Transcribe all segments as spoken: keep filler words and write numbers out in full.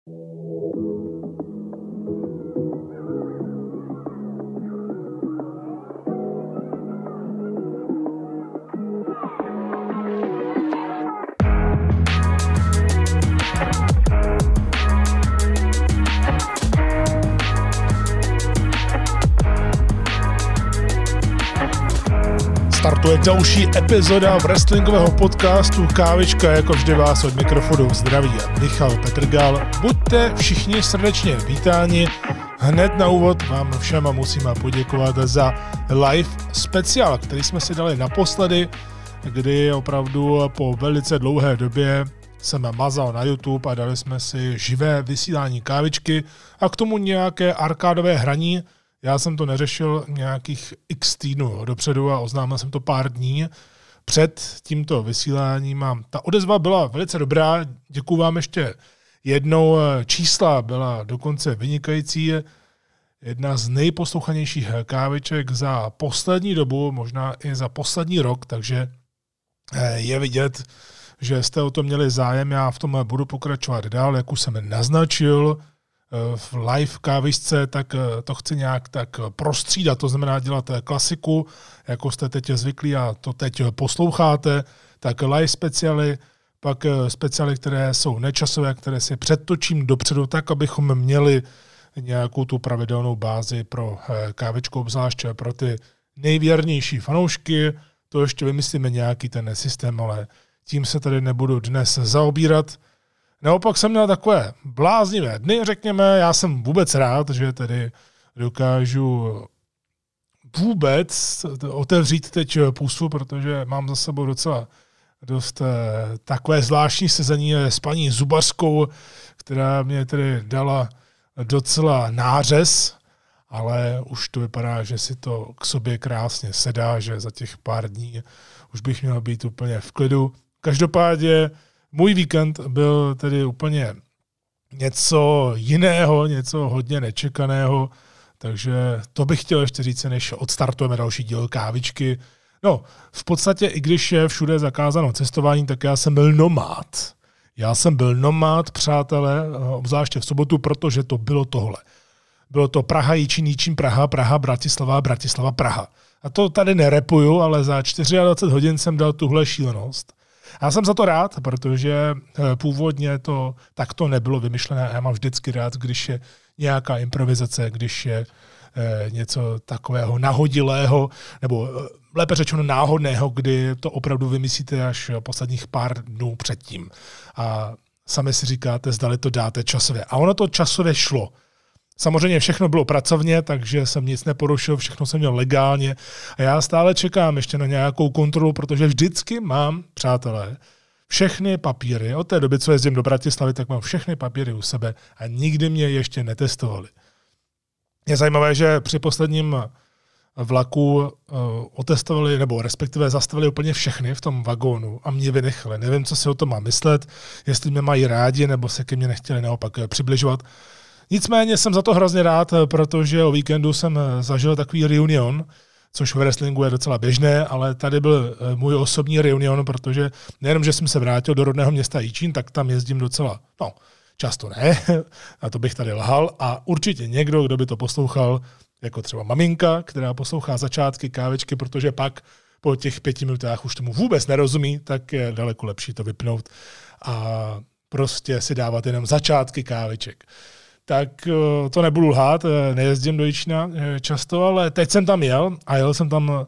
Startuje další epizoda wrestlingového podcastu Kávička, jako vždy vás od mikrofonu zdraví Michal Petrgal. Buďte všichni srdečně vítáni. Hned na úvod vám všem musím poděkovat za live speciál, který jsme si dali naposledy, kdy opravdu po velice dlouhé době jsem mazal na YouTube a dali jsme si živé vysílání Kávičky a k tomu nějaké arkádové hraní. Já jsem to neřešil nějakých x týdnů dopředu a oznámil jsem to pár dní před tímto vysíláním a ta odezva byla velice dobrá. Děkuju vám ještě jednou. Čísla byla dokonce vynikající. Jedna z nejposlouchanějších káviček za poslední dobu, možná i za poslední rok, takže je vidět, že jste o to měli zájem. Já v tom budu pokračovat dál, jak už jsem naznačil v live kávičce, tak to chci nějak tak prostřídat, to znamená dělat klasiku, jako jste teď zvyklí a to teď posloucháte, tak live speciály, pak speciály, které jsou nečasové, které si předtočím dopředu, tak abychom měli nějakou tu pravidelnou bázi pro kávičku, obzvlášť pro ty nejvěrnější fanoušky. To ještě vymyslíme nějaký ten systém, ale tím se tady nebudu dnes zaobírat. Naopak jsem měl takové bláznivé dny, řekněme. Já jsem vůbec rád, že tedy dokážu vůbec otevřít teď pusu, protože mám za sebou docela dost takové zvláštní sezení s paní zubařskou, která mě tedy dala docela nářez, ale už to vypadá, že si to k sobě krásně sedá, že za těch pár dní už bych měl být úplně v klidu. Každopádně můj víkend byl tedy úplně něco jiného, něco hodně nečekaného, takže to bych chtěl ještě říct, než odstartujeme další díl Kávičky. No, v podstatě, i když je všude zakázáno cestování, tak já jsem byl nomád. Já jsem byl nomád, přátelé, obzvláště v sobotu, protože to bylo tohle. Bylo to Praha, Jičín, Jičín, Praha, Praha, Bratislava, Bratislava, Praha. A to tady nerepuju, ale za dvacet čtyři hodin jsem dal tuhle šílenost. Já jsem za to rád, protože původně to takto nebylo vymyšlené. Já mám vždycky rád, když je nějaká improvizace, když je něco takového nahodilého, nebo lépe řečeno náhodného, kdy to opravdu vymyslíte až posledních pár dnů předtím. A sami si říkáte, zdali to dáte časově. A ono to časově šlo. Samozřejmě všechno bylo pracovně, takže jsem nic neporušil, všechno jsem měl legálně a já stále čekám ještě na nějakou kontrolu, protože vždycky mám, přátelé, všechny papíry. Od té doby, co jezdím do Bratislavy, tak mám všechny papíry u sebe a nikdy mě ještě netestovali. Je zajímavé, že při posledním vlaku uh, otestovali, nebo respektive zastavili úplně všechny v tom vagónu a mě vynechali. Nevím, co si o tom mám myslet, jestli mě mají rádi, nebo se ke mně nechtěli naopak přibližovat. Nicméně jsem za to hrozně rád, protože o víkendu jsem zažil takový reunion, což v wrestlingu je docela běžné, ale tady byl můj osobní reunion, protože nejenom, že jsem se vrátil do rodného města Jičín, tak tam jezdím docela, no, často ne, a to bych tady lhal, a určitě někdo, kdo by to poslouchal, jako třeba maminka, která poslouchá začátky Kávičky, protože pak po těch pěti minutách už tomu vůbec nerozumí, tak je daleko lepší to vypnout a prostě si dávat jenom začátky Káviček. Tak to nebudu lhát, nejezdím do Jičína často, ale teď jsem tam jel a jel jsem tam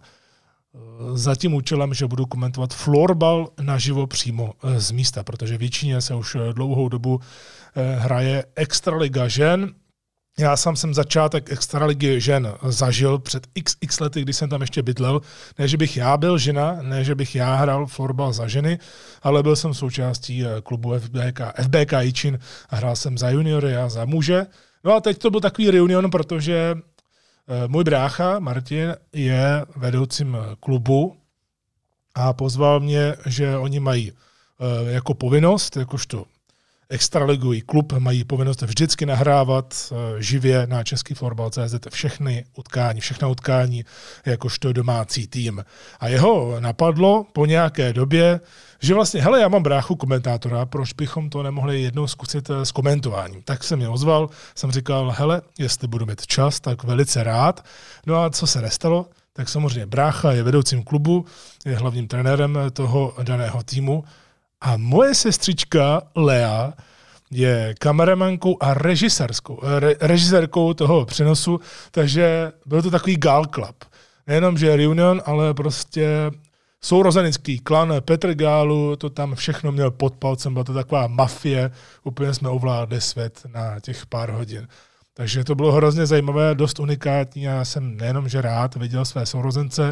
za tím účelem, že budu komentovat florbal naživo přímo z místa, protože v Jičíně se už dlouhou dobu hraje Extraliga žen. Já sám jsem začátek Extraligy žen zažil před xx lety, když jsem tam ještě bydlel. Ne, že bych já byl žena, ne, že bych já hrál florbal za ženy, ale byl jsem součástí klubu F B K, F B K Jičín a hrál jsem za juniory a za muže. No a teď to byl takový reunion, protože můj brácha Martin je vedoucím klubu a pozval mě, že oni mají jako povinnost, jakožto extraligový klub, mají povinnost vždycky nahrávat živě na český florbal tečka cé zet všechny utkání, všechna utkání jakožto domácí tým. A jeho napadlo po nějaké době, že vlastně, hele, já mám bráchu komentátora, proč bychom to nemohli jednou zkusit s komentováním. Tak jsem mě ozval, jsem říkal, hele, jestli budu mít čas, tak velice rád. No a co se nestalo? Tak samozřejmě brácha je vedoucím klubu, je hlavním trenérem toho daného týmu a moje sestřička Lea je kameramankou a režisérskou, re, režisérkou toho přenosu, takže byl to takový gal club. Nejenom, že reunion, ale prostě sourozenický klan Petr Gálu, to tam všechno měl pod palcem, byla to taková mafie, úplně jsme ovládli svět na těch pár hodin. Takže to bylo hrozně zajímavé, dost unikátní. Já jsem nejenom, že rád viděl své sourozence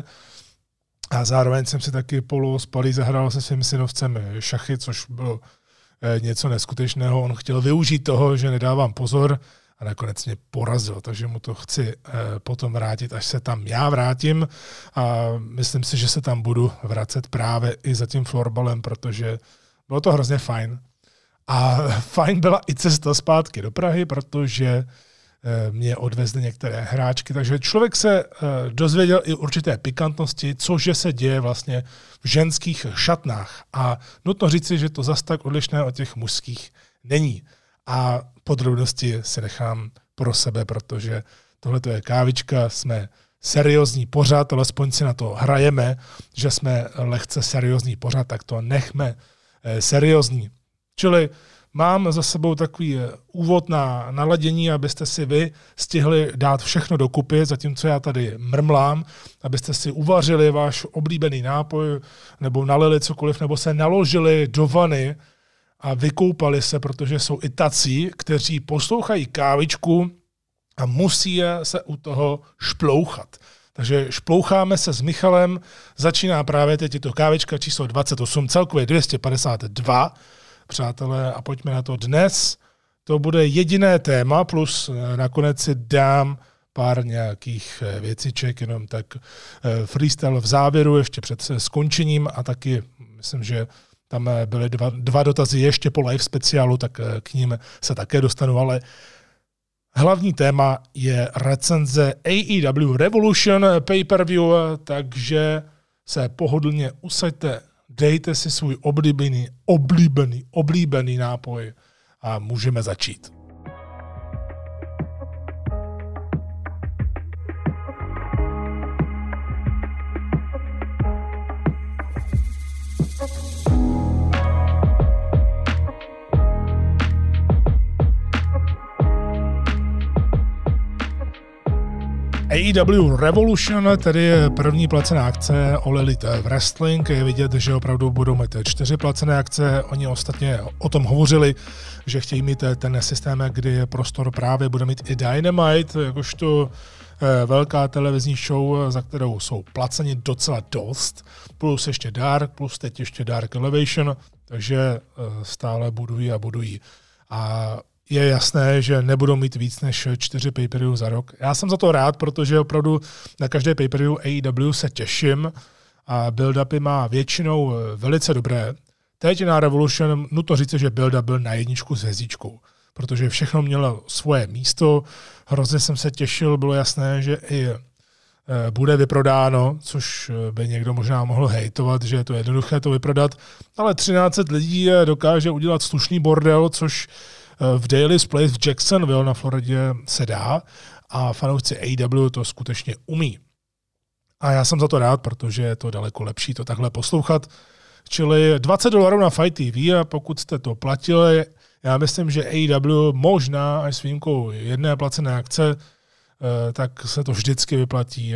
a zároveň jsem si taky polu spalý zahrál se svým synovcem šachy, což bylo něco neskutečného. On chtěl využít toho, že nedávám pozor a nakonec mě porazil, takže mu to chci potom vrátit, až se tam já vrátím a myslím si, že se tam budu vracet právě i za tím florbalem, protože bylo to hrozně fajn. A fajn byla i cesta zpátky do Prahy, protože mě odvezly některé hráčky, takže člověk se dozvěděl i určité pikantnosti, cože se děje vlastně v ženských šatnách. A nutno říci, že to zas tak odlišné od těch mužských není. A podrobnosti si nechám pro sebe, protože tohle je kávička, jsme seriózní pořad, alespoň si na to hrajeme, že jsme lehce seriózní pořad, tak to nechme seriózní. Čili mám za sebou takový úvod na naladění, abyste si vy stihli dát všechno dokupy, zatímco já tady mrmlám, abyste si uvařili váš oblíbený nápoj, nebo nalili cokoliv, nebo se naložili do vany a vykoupali se, protože jsou i tací, kteří poslouchají kávičku a musí se u toho šplouchat. Takže šploucháme se s Michalem, začíná právě teď je to kávička číslo dvacet osm, celkově dvě stě padesát dva, přátelé, a pojďme na to dnes. To bude jediné téma, plus nakonec si dám pár nějakých věciček, jenom tak freestyle v závěru, ještě před skončením a taky myslím, že tam byly dva, dva dotazy ještě po live speciálu, tak k ním se také dostanu, ale hlavní téma je recenze A E W Revolution pay-per-view, takže se pohodlně usaďte, dejte si svůj oblíbený, oblíbený, oblíbený nápoj a můžeme začít. A E W Revolution, tedy je první placená akce All Elite Wrestling. Je vidět, že opravdu budou mít čtyři placené akce. Oni ostatně o tom hovořili, že chtějí mít ten systém, kdy je prostor právě bude mít i Dynamite, jakožto velká televizní show, za kterou jsou placeni docela dost, plus ještě Dark, plus teď ještě Dark Elevation, takže stále budují a budují. A je jasné, že nebudou mít víc než čtyři pay-per-view za rok. Já jsem za to rád, protože opravdu na každé pay-per-view A E W se těším a build-upy má většinou velice dobré. Teď na Revolution nutno říct, že build-up byl na jedničku s hvězdičkou, protože všechno mělo svoje místo. Hrozně jsem se těšil, bylo jasné, že i bude vyprodáno, což by někdo možná mohl hejtovat, že je to jednoduché to vyprodat, ale třináct set lidí dokáže udělat slušný bordel, což v Daily's Place v Jacksonville na Floridě se dá a fanoušci A E W to skutečně umí. A já jsem za to rád, protože je to daleko lepší to takhle poslouchat. Čili dvacet dolarů na Fight T V a pokud jste to platili, já myslím, že A E W možná až s výjimkou jedné placené akce, tak se to vždycky vyplatí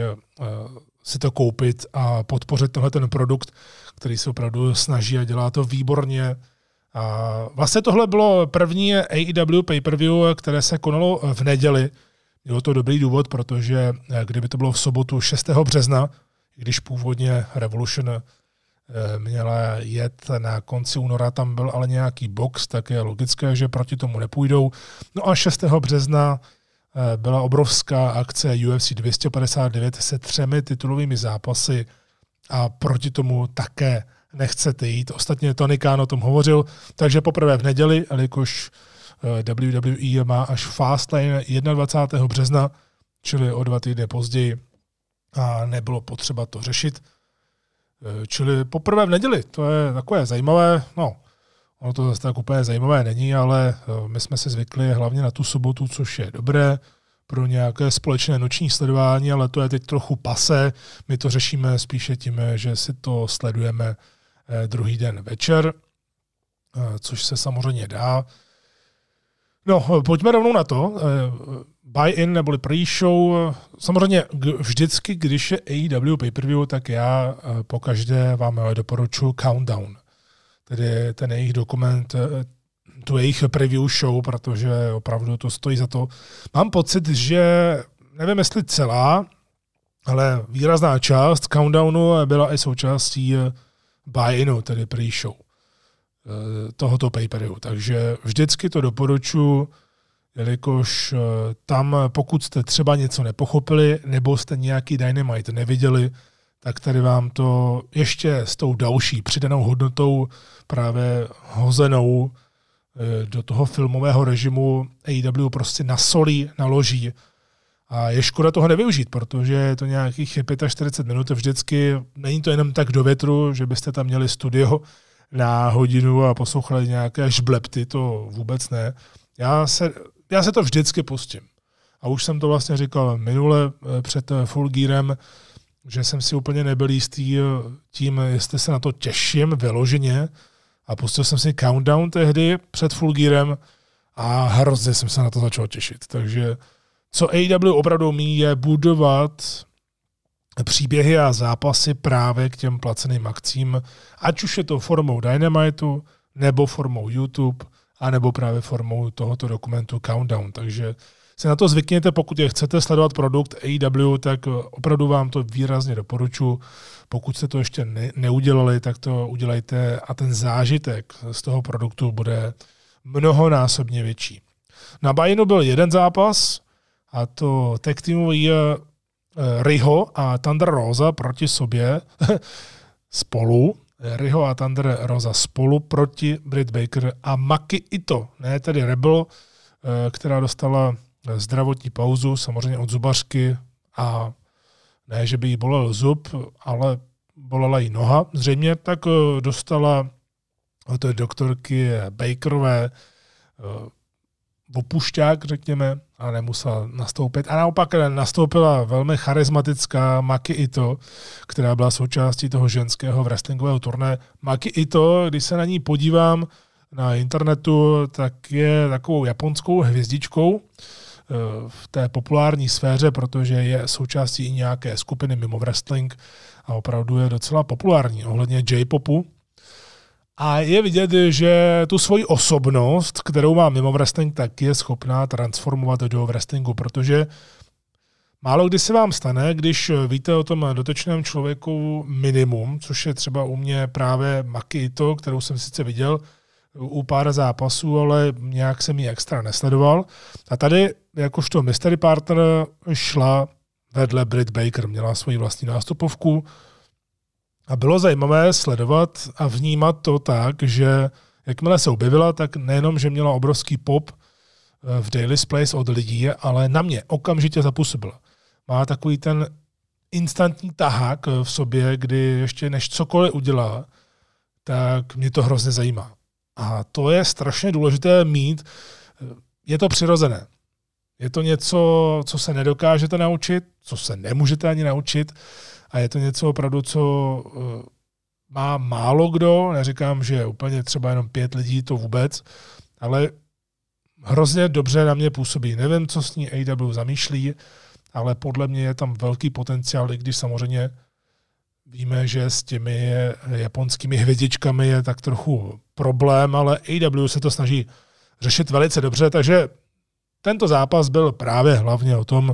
si to koupit a podpořit tenhle ten produkt, který se opravdu snaží a dělá to výborně. A vlastně tohle bylo první A E W pay-per-view, které se konalo v neděli. Bylo to dobrý důvod, protože kdyby to bylo v sobotu šestého března, když původně Revolution měla jet na konci února, tam byl ale nějaký box, tak je logické, že proti tomu nepůjdou. No a šestého března byla obrovská akce U F C dvě stě padesát devět se třemi titulovými zápasy a proti tomu také nechcete jít. Ostatně Tony Khan o tom hovořil, takže poprvé v neděli, jelikož W W E má až Fastlane dvacátého prvního března, čili o dva týdny později a nebylo potřeba to řešit. Čili poprvé v neděli, to je takové zajímavé, no, ono to zase tak úplně zajímavé není, ale my jsme si zvykli hlavně na tu sobotu, což je dobré pro nějaké společné noční sledování, ale to je teď trochu pase. My to řešíme spíše tím, že si to sledujeme druhý den večer, což se samozřejmě dá. No, pojďme rovnou na to. Buy-in neboli pre-show. Samozřejmě vždycky, když je A E W pay-per-view, tak já pokaždé vám doporučuji Countdown. Tedy ten jejich dokument, tu jejich preview show, protože opravdu to stojí za to. Mám pocit, že nevím, jestli celá, ale výrazná část Countdownu byla i součástí buy-inu, tedy pre-show tohoto pay-per-view. Takže vždycky to doporučuji, jelikož tam, pokud jste třeba něco nepochopili, nebo jste nějaký Dynamite neviděli, tak tady vám to ještě s tou další přidanou hodnotou právě hozenou do toho filmového režimu A E W prostě nasolí, naloží. A je škoda toho nevyužít, protože je to nějakých čtyřicet pět minut vždycky. Není to jenom tak do větru, že byste tam měli studio na hodinu a poslouchali nějaké žblepty, to vůbec ne. Já se, já se to vždycky pustím. A už jsem to vlastně říkal minule před Full Gearem, že jsem si úplně nebyl jistý tím, jestli se na to těším vyloženě. A pustil jsem si Countdown tehdy před Full Gearem a hrozně jsem se na to začal těšit. Takže co A E W opravdu umí, je budovat příběhy a zápasy právě k těm placeným akcím, ať už je to formou Dynamitu, nebo formou YouTube, anebo právě formou tohoto dokumentu Countdown. Takže si na to zvykněte, pokud je chcete sledovat produkt A E W, tak opravdu vám to výrazně doporučuji. Pokud jste to ještě ne- neudělali, tak to udělejte a ten zážitek z toho produktu bude mnohonásobně větší. Na buy-inu byl jeden zápas, a to tag teamový Riho a Thunder Rosa proti sobě spolu. Riho a Thunder Rosa spolu proti Britt Baker a Maki Ito, ne tedy Rebel, která dostala zdravotní pauzu, samozřejmě od zubařky a ne, že by jí bolel zub, ale bolela jí noha zřejmě, tak dostala od doktorky Bakerové opušťák, řekněme, a nemusela nastoupit. A naopak nastoupila velmi charismatická Maki Ito, která byla součástí toho ženského wrestlingového turné. Maki Ito, když se na ní podívám na internetu, tak je takovou japonskou hvězdičkou v té populární sféře, protože je součástí i nějaké skupiny mimo wrestling a opravdu je docela populární ohledně J-popu. A je vidět, že tu svoji osobnost, kterou má mimo wrestling, tak je schopná transformovat do wrestlingu, protože málo kdy se vám stane, když víte o tom dotyčném člověku minimum, což je třeba u mě právě Maki Ito, kterou jsem sice viděl u pár zápasů, ale nějak jsem ji extra nesledoval. A tady jakožto mystery partner šla vedle Britt Baker, měla svoji vlastní nástupovku a bylo zajímavé sledovat a vnímat to tak, že jakmile se objevila, tak nejenom, že měla obrovský pop v Daily's Place od lidí, ale na mě okamžitě zapůsobila. Má takový ten instantní tahák v sobě, kdy ještě než cokoliv udělá, tak mě to hrozně zajímá. A to je strašně důležité mít. Je to přirozené. Je to něco, co se nedokážete naučit, co se nemůžete ani naučit a je to něco opravdu, co má málo kdo, neříkám, že úplně třeba jenom pět lidí, to vůbec, ale hrozně dobře na mě působí. Nevím, co s ní A E W zamýšlí, ale podle mě je tam velký potenciál, i když samozřejmě víme, že s těmi japonskými hvězdičkami je tak trochu problém, ale A E W se to snaží řešit velice dobře, takže tento zápas byl právě hlavně o tom,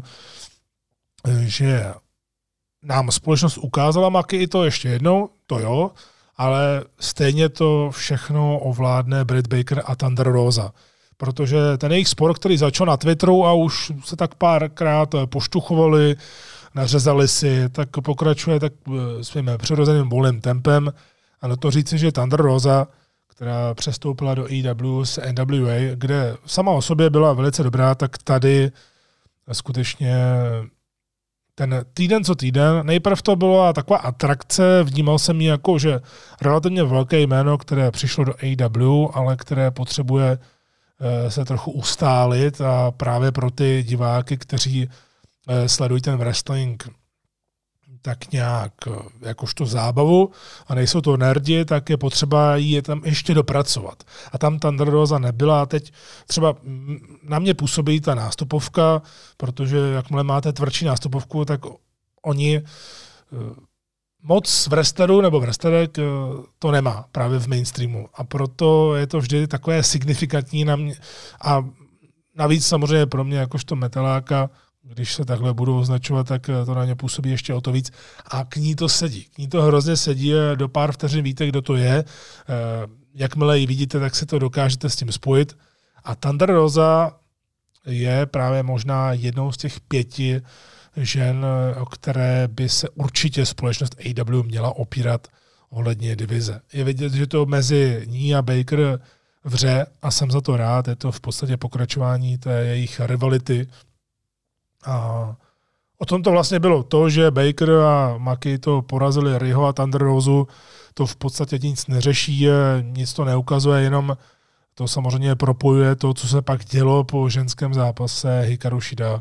že nám společnost ukázala Maki i to ještě jednou, to jo, ale stejně to všechno ovládne Britt Baker a Thunder Rosa. Protože ten jejich spor, který začal na Twitteru a už se tak párkrát poštuchovali, nařezali si, tak pokračuje tak svým přirozeným volným tempem A na to říci, že Thunder Rosa, která přestoupila do A E W z N W A, kde sama o sobě byla velice dobrá, tak tady skutečně ten týden co týden, nejprv to byla taková atrakce, vnímal jsem ji jako, že relativně velké jméno, které přišlo do A E W, ale které potřebuje se trochu ustálit a právě pro ty diváky, kteří sledují ten wrestling tak nějak jakožto zábavu a nejsou to nerdi, tak je potřeba jí je tam ještě dopracovat. A tam Thunder Rosa nebyla a teď třeba na mě působí ta nástupovka, protože jakmile máte tvrdší nástupovku, tak oni moc wrestlerů nebo wrestlerek to nemá právě v mainstreamu. A proto je to vždy takové signifikantní na mě. A navíc samozřejmě pro mě jakožto metaláka, když se takhle budou označovat, tak to na ně působí ještě o to víc. A k ní to sedí. K ní to hrozně sedí. Do pár vteřin víte, kdo to je. Jakmile ji vidíte, tak se to dokážete s tím spojit. A Thunder Rosa je právě možná jednou z těch pěti žen, o které by se určitě společnost A E W měla opírat ohledně divize. Je vidět, že to mezi ní a Baker vře a jsem za to rád. Je to v podstatě pokračování té jejich rivality. A o tom to vlastně bylo. To, že Baker a Maki to porazili Riho a Thunder Rosu, to v podstatě nic neřeší, nic to neukazuje, jenom to samozřejmě propojuje to, co se pak dělo po ženském zápase Hikaru Shida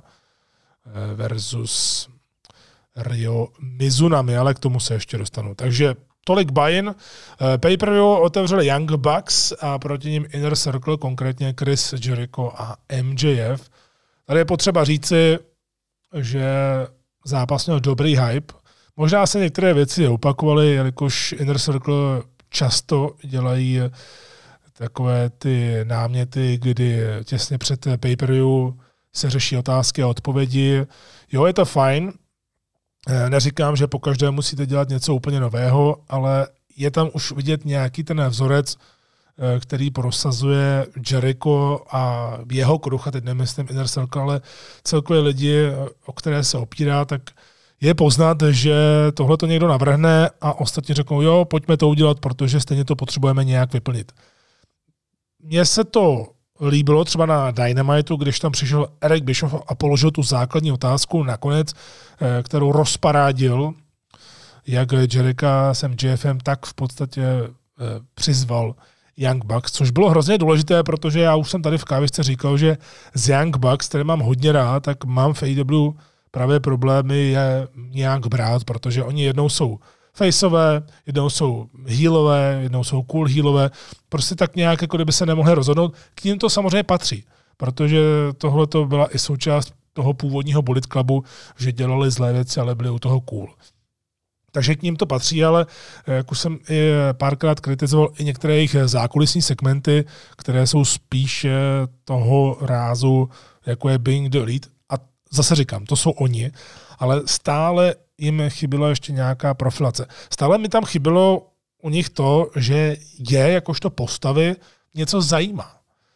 versus Ryo Mizunami, ale k tomu se ještě dostanu. Takže tolik buy-in. Pay-per-view otevřeli Young Bucks a proti nim Inner Circle, konkrétně Chris Jericho a M J F. Tady je potřeba říci, že zápas měl dobrý hype. Možná se některé věci opakovaly, jelikož Inner Circle často dělají takové ty náměty, kdy těsně před pay-per-view se řeší otázky a odpovědi. Jo, je to fajn. Neříkám, že pokaždé musíte dělat něco úplně nového, ale je tam už vidět nějaký ten vzorec, který prosazuje Jericho a jeho kruh, a teď nemyslím Inner Circle, ale celkově lidi, o které se opírá, tak je poznat, že tohle to někdo navrhne a ostatní řeknou, jo, pojďme to udělat, protože stejně to potřebujeme nějak vyplnit. Mně se to líbilo třeba na Dynamitu, když tam přišel Eric Bischoff a položil tu základní otázku nakonec, kterou rozparádil, jak Jericho s M J F em, tak v podstatě přizval Young Bucks, což bylo hrozně důležité, protože já už jsem tady v kávisce říkal, že z Young Bucks, které mám hodně rád, tak mám v A E W právě problémy je nějak brát, protože oni jednou jsou faceové, jednou jsou healové, jednou jsou cool healové, prostě tak nějak, jako kdyby se nemohli rozhodnout. K ním to samozřejmě patří, protože tohle to byla i součást toho původního Bullet Clubu, že dělali zlé věci, ale byli u toho cool. Takže k ním to patří, ale jak už jsem i párkrát kritizoval i některé jejich zákulisní segmenty, které jsou spíš toho rázu, jako je Being the Elite. A zase říkám, to jsou oni, ale stále jim chybilo ještě nějaká profilace. Stále mi tam chybilo u nich to, že je jakožto postavy něco zajímá.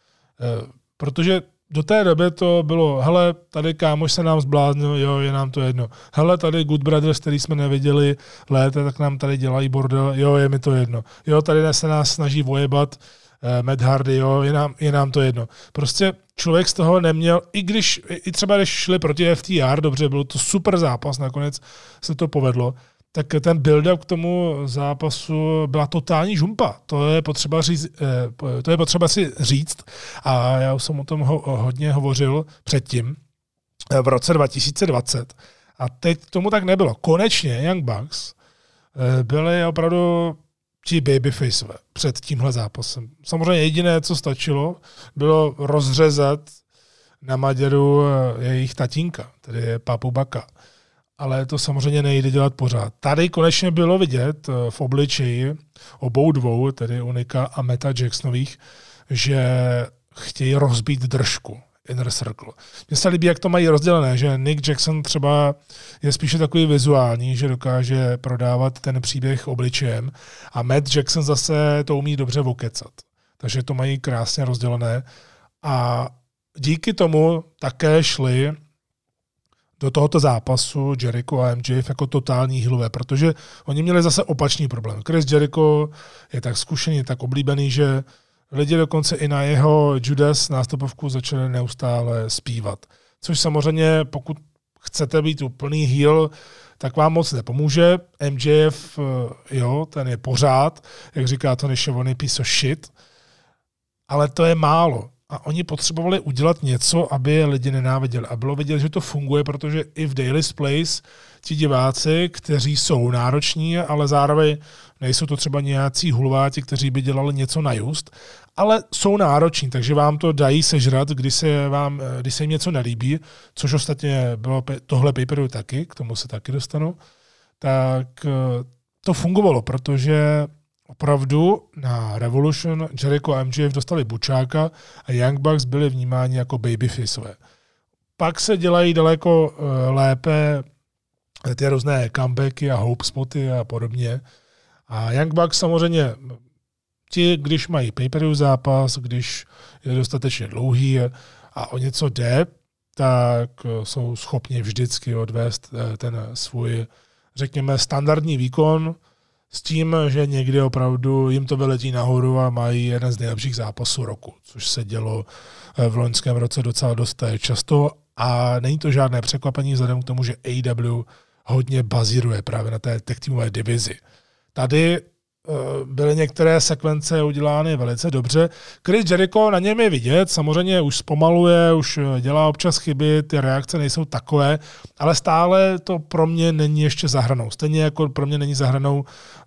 Protože do té doby to bylo, hele, tady kámoš se nám zbláznil, jo, je nám to jedno. Hele, tady Good Brothers, který jsme neviděli léta, tak nám tady dělají bordel, jo, je mi to jedno. Jo, tady se nás snaží vojebat eh, Matt Hardy, jo, je nám, je nám to jedno. Prostě člověk z toho neměl, i když, i třeba když šli proti F T R, dobře, byl to super zápas, nakonec se to povedlo, tak ten build-up k tomu zápasu byla totální žumpa. To je potřeba, říct, to je potřeba si říct. A já už jsem o tom ho, hodně hovořil předtím, v roce dva tisíce dvacet. A teď tomu tak nebylo. Konečně Young Bucks byli opravdu ti babyfaceové před tímhle zápasem. Samozřejmě jediné, co stačilo, bylo rozřezat na Maděru jejich tatínka, tedy Papu Baka. Ale to samozřejmě nejde dělat pořád. Tady konečně bylo vidět v obličeji obou dvou, tedy Unika a Meta Jacksonových, že chtějí rozbít držku Inner Circle. Mně se líbí, jak to mají rozdělené, že Nick Jackson třeba je spíše takový vizuální, že dokáže prodávat ten příběh obličejem a Matt Jackson zase to umí dobře vokecat. Takže to mají krásně rozdělené a díky tomu také šli do tohoto zápasu Jericho a M J F jako totální healové, protože oni měli zase opačný problém. Chris Jericho je tak zkušený, tak oblíbený, že lidi dokonce i na jeho Judas nástupovku začali neustále zpívat. Což samozřejmě, pokud chcete být úplný heel, tak vám moc nepomůže. M J F, jo, ten je pořád, jak říká Tony Schiavone, piece of shit, ale to je málo. A oni potřebovali udělat něco, aby je lidi nenáviděli. A bylo vidět, že to funguje, protože i v Daily's Place ti diváci, kteří jsou nároční, ale zároveň nejsou to třeba nějací hulváti, kteří by dělali něco na just, ale jsou nároční, takže vám to dají sežrat, když se, vám, když se jim něco nelíbí, což ostatně bylo tohle paperu taky, k tomu se taky dostanu, tak to fungovalo, protože opravdu na Revolution Jericho a M J F dostali bučáka a Young Bucks byli vnímáni jako babyfaceové. Pak se dělají daleko lépe ty různé comebacky a hope spoty a podobně. A Young Bucks samozřejmě, ti, když mají pay-per-view zápas, když je dostatečně dlouhý a o něco jde, tak jsou schopni vždycky odvést ten svůj, řekněme, standardní výkon s tím, že někdy opravdu jim to vyletí nahoru a mají jeden z nejlepších zápasů roku, což se dělo v loňském roce docela dost často a není to žádné překvapení vzhledem k tomu, že A E W hodně bazíruje právě na té tag teamové divizi. Tady byly některé sekvence udělány velice dobře. Chris Jericho, na něm je vidět, samozřejmě už zpomaluje, už dělá občas chyby, ty reakce nejsou takové, ale stále to pro mě není ještě za hranou. Stejně jako pro mě není za hranou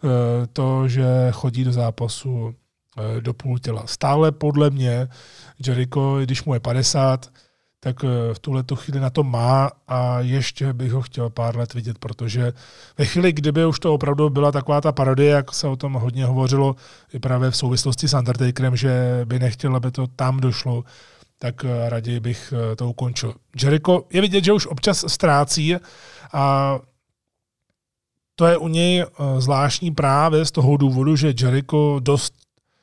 to, že chodí do zápasu do půl těla. Stále podle mě Jericho, když mu je padesát, tak v tuhletu chvíli na to má a ještě bych ho chtěl pár let vidět, protože ve chvíli, kdyby už to opravdu byla taková ta parodie, jak se o tom hodně hovořilo i právě v souvislosti s Undertakerem, že by nechtěl, aby to tam došlo, tak raději bych to ukončil. Jericho je vidět, že už občas ztrácí a to je u něj zvláštní právě z toho důvodu, že Jericho dost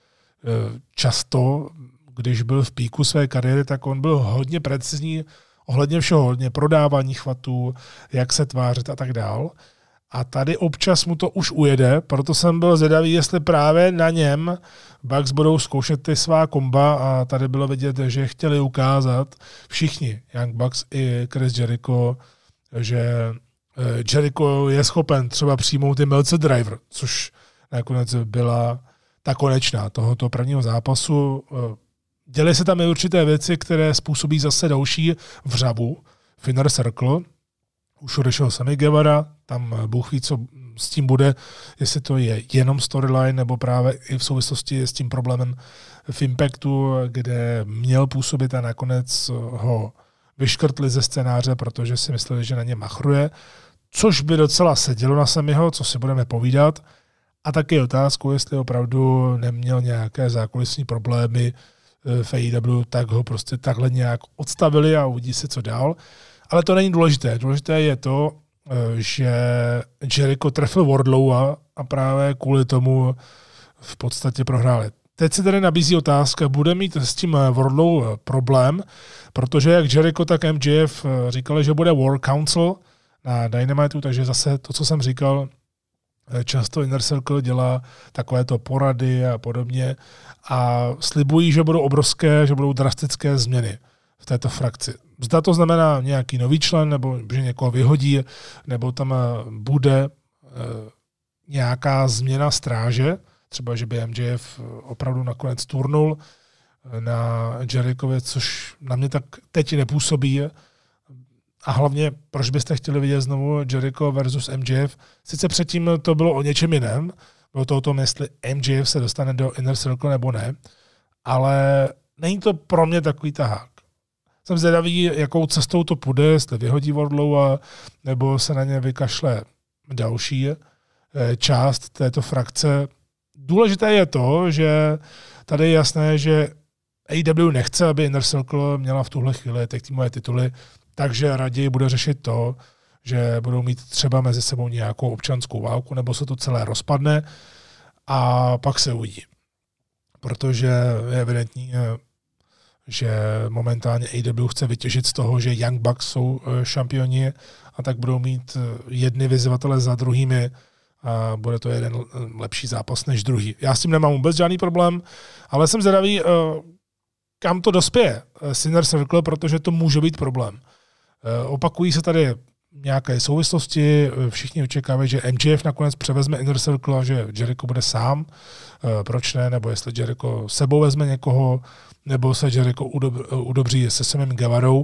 často, když byl v píku své kariéry, tak on byl hodně precizní ohledně všeho, hodně prodávání chvatů, jak se tvářit a tak dál. A tady občas mu to už ujede, proto jsem byl zvědavý, jestli právě na něm Bucks budou zkoušet ty svá komba a tady bylo vidět, že chtěli ukázat všichni, Young Bucks i Chris Jericho, že Jericho je schopen třeba přijmout i Meltzer Driver, což nakonec byla ta konečná tohoto prvního zápasu. Děly se tam i určité věci, které způsobí zase další vřavu. Inner Circle, už odešel Sammy Guevara, tam Bůh ví, co s tím bude, jestli to je jenom storyline, nebo právě i v souvislosti s tím problémem v Impactu, kde měl působit a nakonec ho vyškrtli ze scénáře, protože si mysleli, že na ně machruje, což by docela sedělo na Sammyho, co si budeme povídat. A taky otázku, jestli opravdu neměl nějaké zákulisní problémy v A E W, tak ho prostě takhle nějak odstavili a uvidí se, co dál. Ale to není důležité. Důležité je to, že Jericho trefil Wardlowa a právě kvůli tomu v podstatě prohráli. Teď se tady nabízí otázka, bude mít s tím Wardlow problém, protože jak Jericho, tak M J F říkali, že bude War Council na Dynamitu, takže zase to, co jsem říkal, často Inner Circle dělá takovéto porady a podobně a slibují, že budou obrovské, že budou drastické změny v této frakci. Zda to znamená nějaký nový člen, nebo že někoho vyhodí, nebo tam bude nějaká změna stráže, třeba že by M J F opravdu nakonec turnul na Jerichovi, což na mě tak teď nepůsobí. A hlavně, proč byste chtěli vidět znovu Jericho versus M J F? Sice předtím to bylo o něčem jiném, bylo to o tom, jestli M J F se dostane do Inner Circle nebo ne, ale není to pro mě takový tahák. Jsem zvědavý, jakou cestou to půjde, jestli vyhodí Wardlowa, nebo se na ně vykašle další část této frakce. Důležité je to, že tady je jasné, že A E W nechce, aby Inner Circle měla v tuhle chvíli tag teamové tituly, takže raději bude řešit to, že budou mít třeba mezi sebou nějakou občanskou válku, nebo se to celé rozpadne a pak se uvidí. Protože je evidentní, že momentálně A E W chce vytěžit z toho, že Young Bucks jsou šampioni a tak budou mít jedny vyzývatele za druhými a bude to jeden lepší zápas než druhý. Já s tím nemám vůbec žádný problém, ale jsem zvědavý, kam to dospěje Inner Circle, protože to může být problém. Opakují se tady nějaké souvislosti, všichni očekávají, že M J F nakonec převezme Inner Circle a že Jericho bude sám, proč ne, nebo jestli Jericho sebou vezme někoho, nebo se Jericho udobří se Samem Guevarou.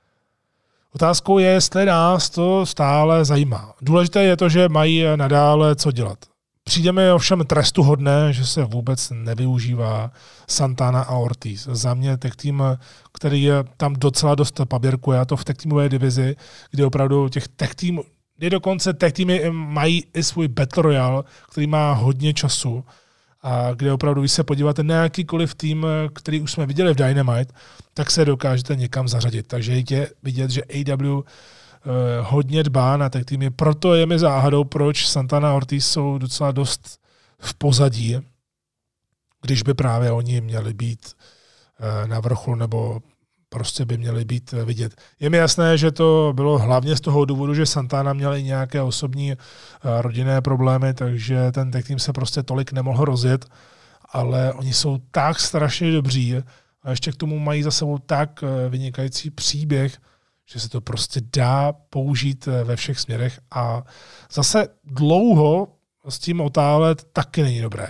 Otázkou je, jestli nás to stále zajímá. Důležité je to, že mají nadále co dělat. Přijde mi ovšem trestuhodné, že se vůbec nevyužívá Santana a Ortiz. Za mě tag tým, který je tam docela dost paběrkuje, a to v tag teamové divizi, kde opravdu těch tag teamů, kdy dokonce tag teamy mají i svůj Battle Royale, který má hodně času, a kde opravdu, když se podíváte na jakýkoliv tým, který už jsme viděli v Dynamite, tak se dokážete někam zařadit. Takže je vidět, že A E W hodně dbá na tag týmy, proto je mi záhadou, proč Santana a Ortiz jsou docela dost v pozadí, když by právě oni měli být na vrcholu nebo prostě by měli být vidět. Je mi jasné, že to bylo hlavně z toho důvodu, že Santana měl i nějaké osobní rodinné problémy, takže ten tag tým se prostě tolik nemohl rozjet, ale oni jsou tak strašně dobří a ještě k tomu mají za sebou tak vynikající příběh, že se to prostě dá použít ve všech směrech a zase dlouho s tím otálet taky není dobré.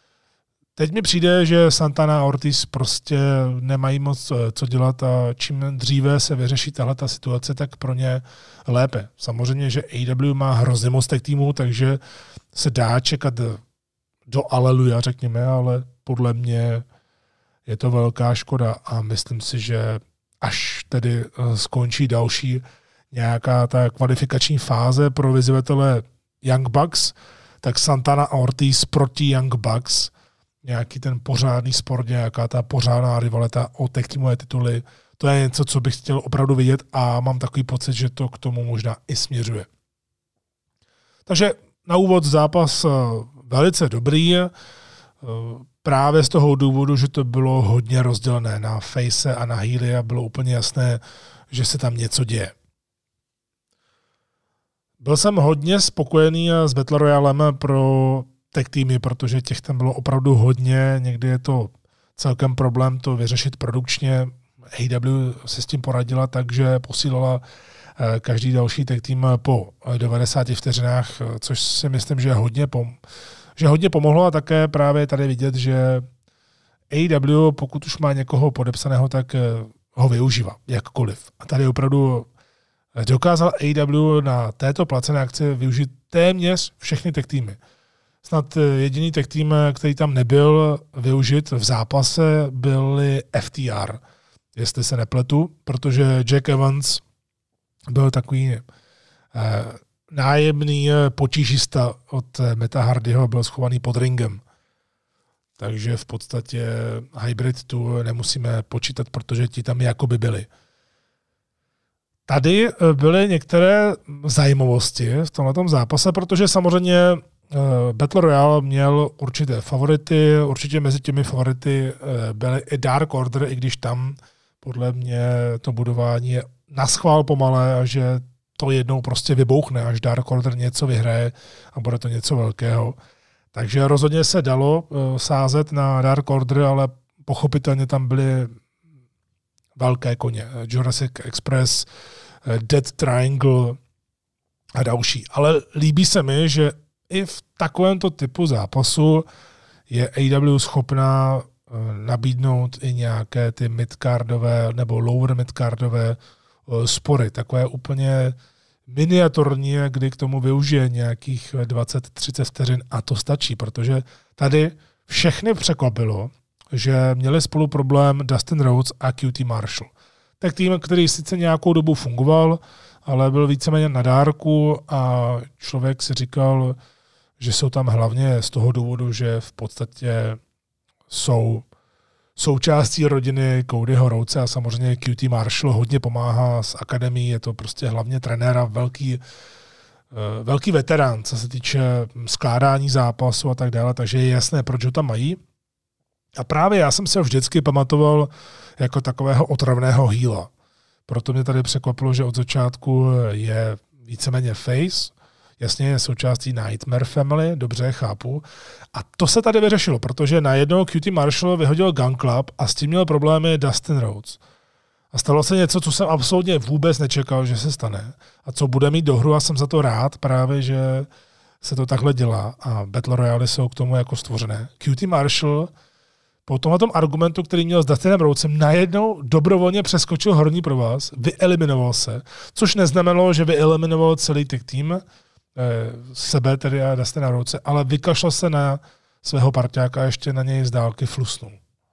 Teď mi přijde, že Santana a Ortiz prostě nemají moc co dělat a čím dříve se vyřeší tahle ta situace, tak pro ně lépe. Samozřejmě, že A E W má hrozně moc tag týmů, takže se dá čekat do aleluja, řekněme, ale podle mě je to velká škoda a myslím si, že až tedy skončí další nějaká ta kvalifikační fáze pro vyzývatele Young Bucks, tak Santana a Ortiz proti Young Bucks, nějaký ten pořádný sport, nějaká ta pořádná rivalita o tag teamové tituly, to je něco, co bych chtěl opravdu vidět a mám takový pocit, že to k tomu možná i směřuje. Takže na úvod zápas velice dobrý, právě z toho důvodu, že to bylo hodně rozdělené na face a na heely a bylo úplně jasné, že se tam něco děje. Byl jsem hodně spokojený s Battle Royalem pro tag týmy, protože těch tam bylo opravdu hodně, někdy je to celkem problém to vyřešit produkčně. A E W se s tím poradila, takže posílala každý další tag tým po devadesáti vteřinách, což si myslím, že hodně pom- že hodně pomohlo a také právě tady vidět, že A E W, pokud už má někoho podepsaného, tak ho využívá jakkoliv. A tady opravdu dokázal A E W na této placené akci využít téměř všechny tag týmy. Snad jediný tag tým, který tam nebyl využit v zápase, byly F T R, jestli se nepletu, protože Jack Evans byl takový eh, nájemný potížista od Meta Hardyho, byl schovaný pod ringem. Takže v podstatě hybrid tu nemusíme počítat, protože ti tam jakoby byli. Tady byly některé zajímavosti v tomhletom zápase, protože samozřejmě Battle Royale měl určité favority, určitě mezi těmi favority byly i Dark Order, i když tam podle mě to budování je naschvál pomalé a že to jednou prostě vybouchne, až Dark Order něco vyhraje a bude to něco velkého. Takže rozhodně se dalo sázet na Dark Order, ale pochopitelně tam byly velké koně. Jurassic Express, Death Triangle a další. Ale líbí se mi, že i v takovémto typu zápasu je A E W schopná nabídnout i nějaké ty midcardové nebo lower midcardové spory. Takové úplně miniaturní, kdy k tomu využije nějakých dvacet třicet vteřin a to stačí, protože tady všechny překvapilo, že měli spolu problém Dustin Rhodes a Q T Marshall. Tak tým, který sice nějakou dobu fungoval, ale byl víceméně na dárku a člověk si říkal, že jsou tam hlavně z toho důvodu, že v podstatě jsou součástí rodiny Codyho Rhodese a samozřejmě Q T Marshall hodně pomáhá s akademií, je to prostě hlavně trenér a velký, velký veterán, co se týče skládání zápasu a tak dále, takže je jasné, proč ho tam mají. A právě já jsem se ho vždycky pamatoval jako takového otravného hýla. Proto mě tady překvapilo, že od začátku je víceméně face, jasně je součástí Nightmare Family, dobře, chápu. A to se tady vyřešilo, protože najednou Q T Marshall vyhodil Gun Club a s tím měl problémy Dustin Rhodes. A stalo se něco, co jsem absolutně vůbec nečekal, že se stane. A co bude mít do hru, a jsem za to rád právě, že se to takhle dělá. A Battle Royale jsou k tomu jako stvořené. Q T Marshall po tomhle argumentu, který měl s Dustinem Rhodesem, najednou dobrovolně přeskočil horní provaz, vyeliminoval se, což neznamenalo, že vyeliminoval celý tech tým, eh, sebe tedy a Dustina Rhodese, ale vykašlal se na svého parťáka a ještě na něj z dálky flusnul.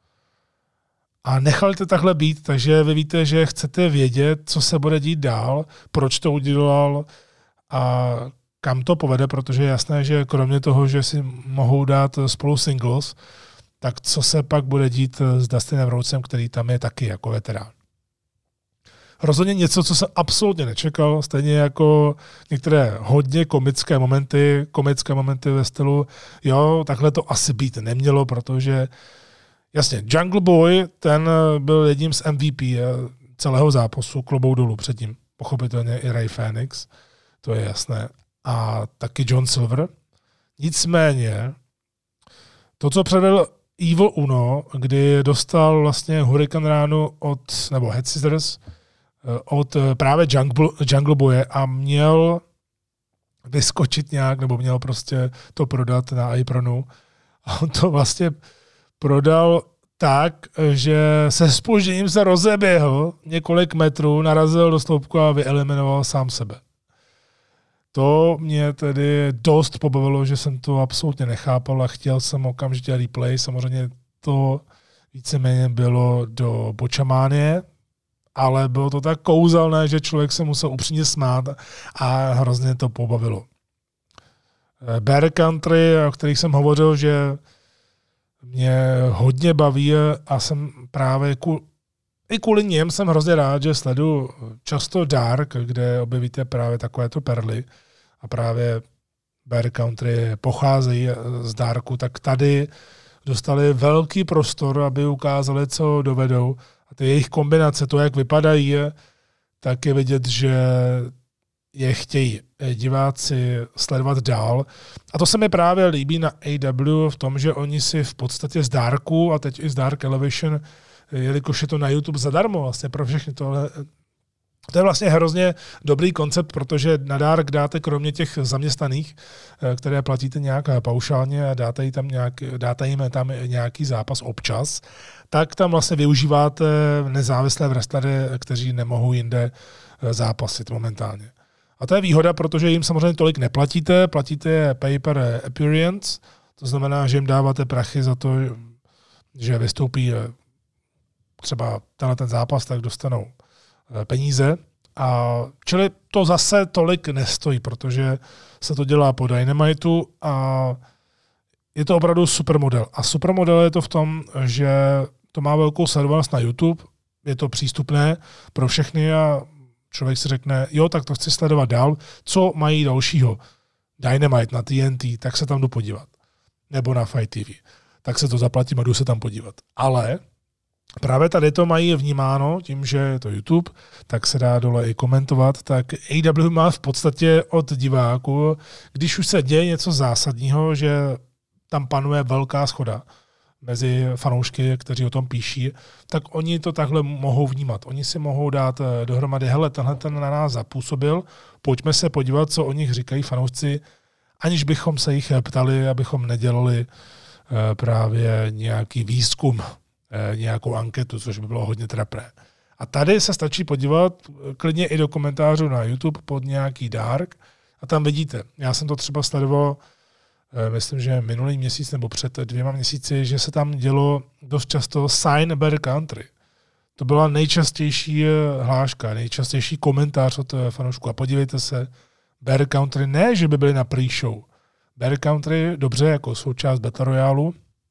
A nechali to takhle být, takže vy víte, že chcete vědět, co se bude dít dál, proč to udělal a kam to povede, protože je jasné, že kromě toho, že si mohou dát spolu singles, tak co se pak bude dít s Dustinem Rhodesem, který tam je taky jako veterán. Rozhodně něco, co jsem absolutně nečekal, stejně jako některé hodně komické momenty, komické momenty ve stylu, jo, takhle to asi být nemělo, protože jasně, Jungle Boy, ten byl jedním z M V P celého zápasu, klobou dolů předtím, pochopitelně i Ray Phoenix, to je jasné, a taky John Silver. Nicméně, to, co předvedl Evil Uno, kdy dostal vlastně Hurricane ránu od, nebo Head Scissors, od právě Jungle, Jungle Boye a měl vyskočit nějak, nebo měl prostě to prodat na Apronu. A on to vlastně prodal tak, že se zpožděním se rozeběhl několik metrů, narazil do sloupku a vyeliminoval sám sebe. To mě tedy dost pobavilo, že jsem to absolutně nechápal a chtěl jsem okamžitě replay. Samozřejmě to víceméně bylo do bočamánie, ale bylo to tak kouzelné, že člověk se musel upřímně smát a hrozně to pobavilo. Bear Country, o kterých jsem hovořil, že mě hodně baví a jsem právě ku, i kvůli něm jsem hrozně rád, že sleduju často Dark, kde objevíte právě takovéto perly a právě Bear Country pocházejí z Darku, tak tady dostali velký prostor, aby ukázali, co dovedou. A ty jejich kombinace, to, jak vypadají, tak je vidět, že je chtějí diváci sledovat dál. A to se mi právě líbí na A W v tom, že oni si v podstatě z Darku a teď i z Dark Elevation, jelikož je to na YouTube zadarmo vlastně pro všechny tohle, to je vlastně hrozně dobrý koncept, protože na Dark dáte kromě těch zaměstnaných, které platíte nějak paušálně a dáte jim tam nějaký, dáte jim tam nějaký zápas občas, tak tam vlastně využíváte nezávislé wrestlery, kteří nemohou jinde zápasit momentálně. A to je výhoda, protože jim samozřejmě tolik neplatíte, platíte pay per appearance, to znamená, že jim dáváte prachy za to, že vystoupí třeba tenhle ten zápas, tak dostanou peníze. A čili to zase tolik nestojí, protože se to dělá po Dynamitu a je to opravdu super model. A super model je to v tom, že to má velkou sledovanost na YouTube, je to přístupné pro všechny a člověk si řekne, jo, tak to chci sledovat dál, co mají dalšího. Dynamite na T N T, tak se tam jdu podívat. Nebo na Fight T V. Tak se to zaplatím a jdu se tam podívat. Ale právě tady to mají vnímáno tím, že je to YouTube, tak se dá dole i komentovat, tak A W má v podstatě od diváků, když už se děje něco zásadního, že tam panuje velká shoda mezi fanoušky, kteří o tom píší, tak oni to takhle mohou vnímat. Oni si mohou dát dohromady, hele, tenhle ten na nás zapůsobil, pojďme se podívat, co o nich říkají fanoušci, aniž bychom se jich ptali, abychom nedělali právě nějaký výzkum, nějakou anketu, což by bylo hodně trapné. A tady se stačí podívat klidně i do komentářů na YouTube pod nějaký Dark a tam vidíte. Já jsem to třeba sledoval, myslím, že minulý měsíc nebo před dvěma měsíci, že se tam dělo dost často Sign Bear Country. To byla nejčastější hláška, nejčastější komentář od fanoušků. A podívejte se, Bear Country ne, že by byli na pre-show. Bear Country dobře jako součást Battle Royale,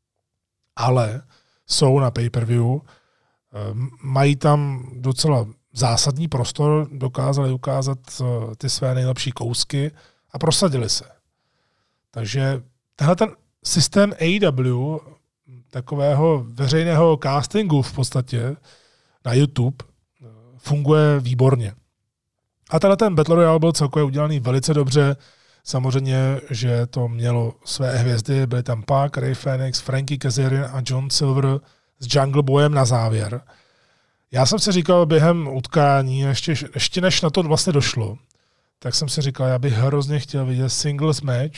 ale jsou na pay-per-view, mají tam docela zásadní prostor, dokázali ukázat ty své nejlepší kousky a prosadili se. Takže tenhle ten systém A W takového veřejného castingu v podstatě na YouTube funguje výborně. A tenhle ten Battle Royale byl celkově udělaný velice dobře. Samozřejmě, že to mělo své hvězdy, byly tam Pac, Rey Fenix, Frankie Kazarian a John Silver s Jungle Boyem na závěr. Já jsem si říkal během utkání, ještě, ještě než na to vlastně došlo, tak jsem si říkal, já bych hrozně chtěl vidět singles match,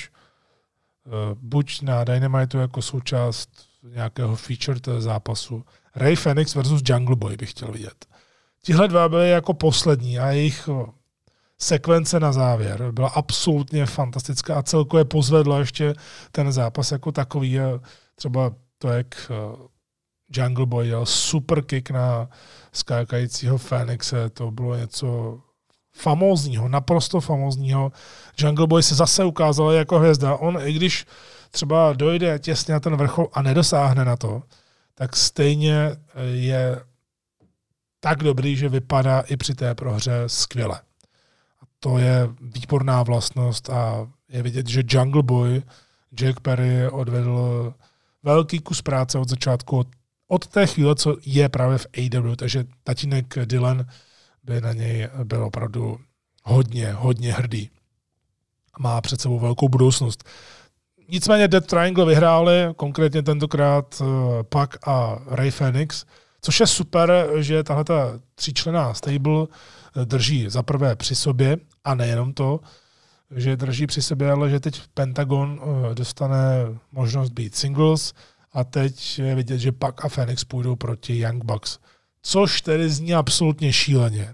buď na Dynamitu jako součást nějakého featured zápasu. Rey Fenix versus Jungle Boy bych chtěl vidět. Tihle dva byly jako poslední a jejich sekvence na závěr byla absolutně fantastická a celkově pozvedla ještě ten zápas jako takový. Třeba to, jak Jungle Boy dělal super kick na skákajícího Fenixe, to bylo něco famózního, naprosto famózního. Jungle Boy se zase ukázal jako hvězda. On, i když třeba dojde těsně na ten vrchol a nedosáhne na to, tak stejně je tak dobrý, že vypadá i při té prohře skvěle. A to je výborná vlastnost a je vidět, že Jungle Boy, Jack Perry odvedl velký kus práce od začátku, od, od té chvíle, co je právě v A E W, takže tatínek Dylan by na něj byl opravdu hodně, hodně hrdý. Má před sebou velkou budoucnost. Nicméně Death Triangle vyhráli, konkrétně tentokrát Pac a Rey Fenix, což je super, že tahle tříčlenná stable drží za prvé při sobě a nejenom to, že drží při sobě, ale že teď Pentagon dostane možnost být singles a teď je vidět, že Pac a Fenix půjdou proti Young Bucks, což tedy zní absolutně šíleně.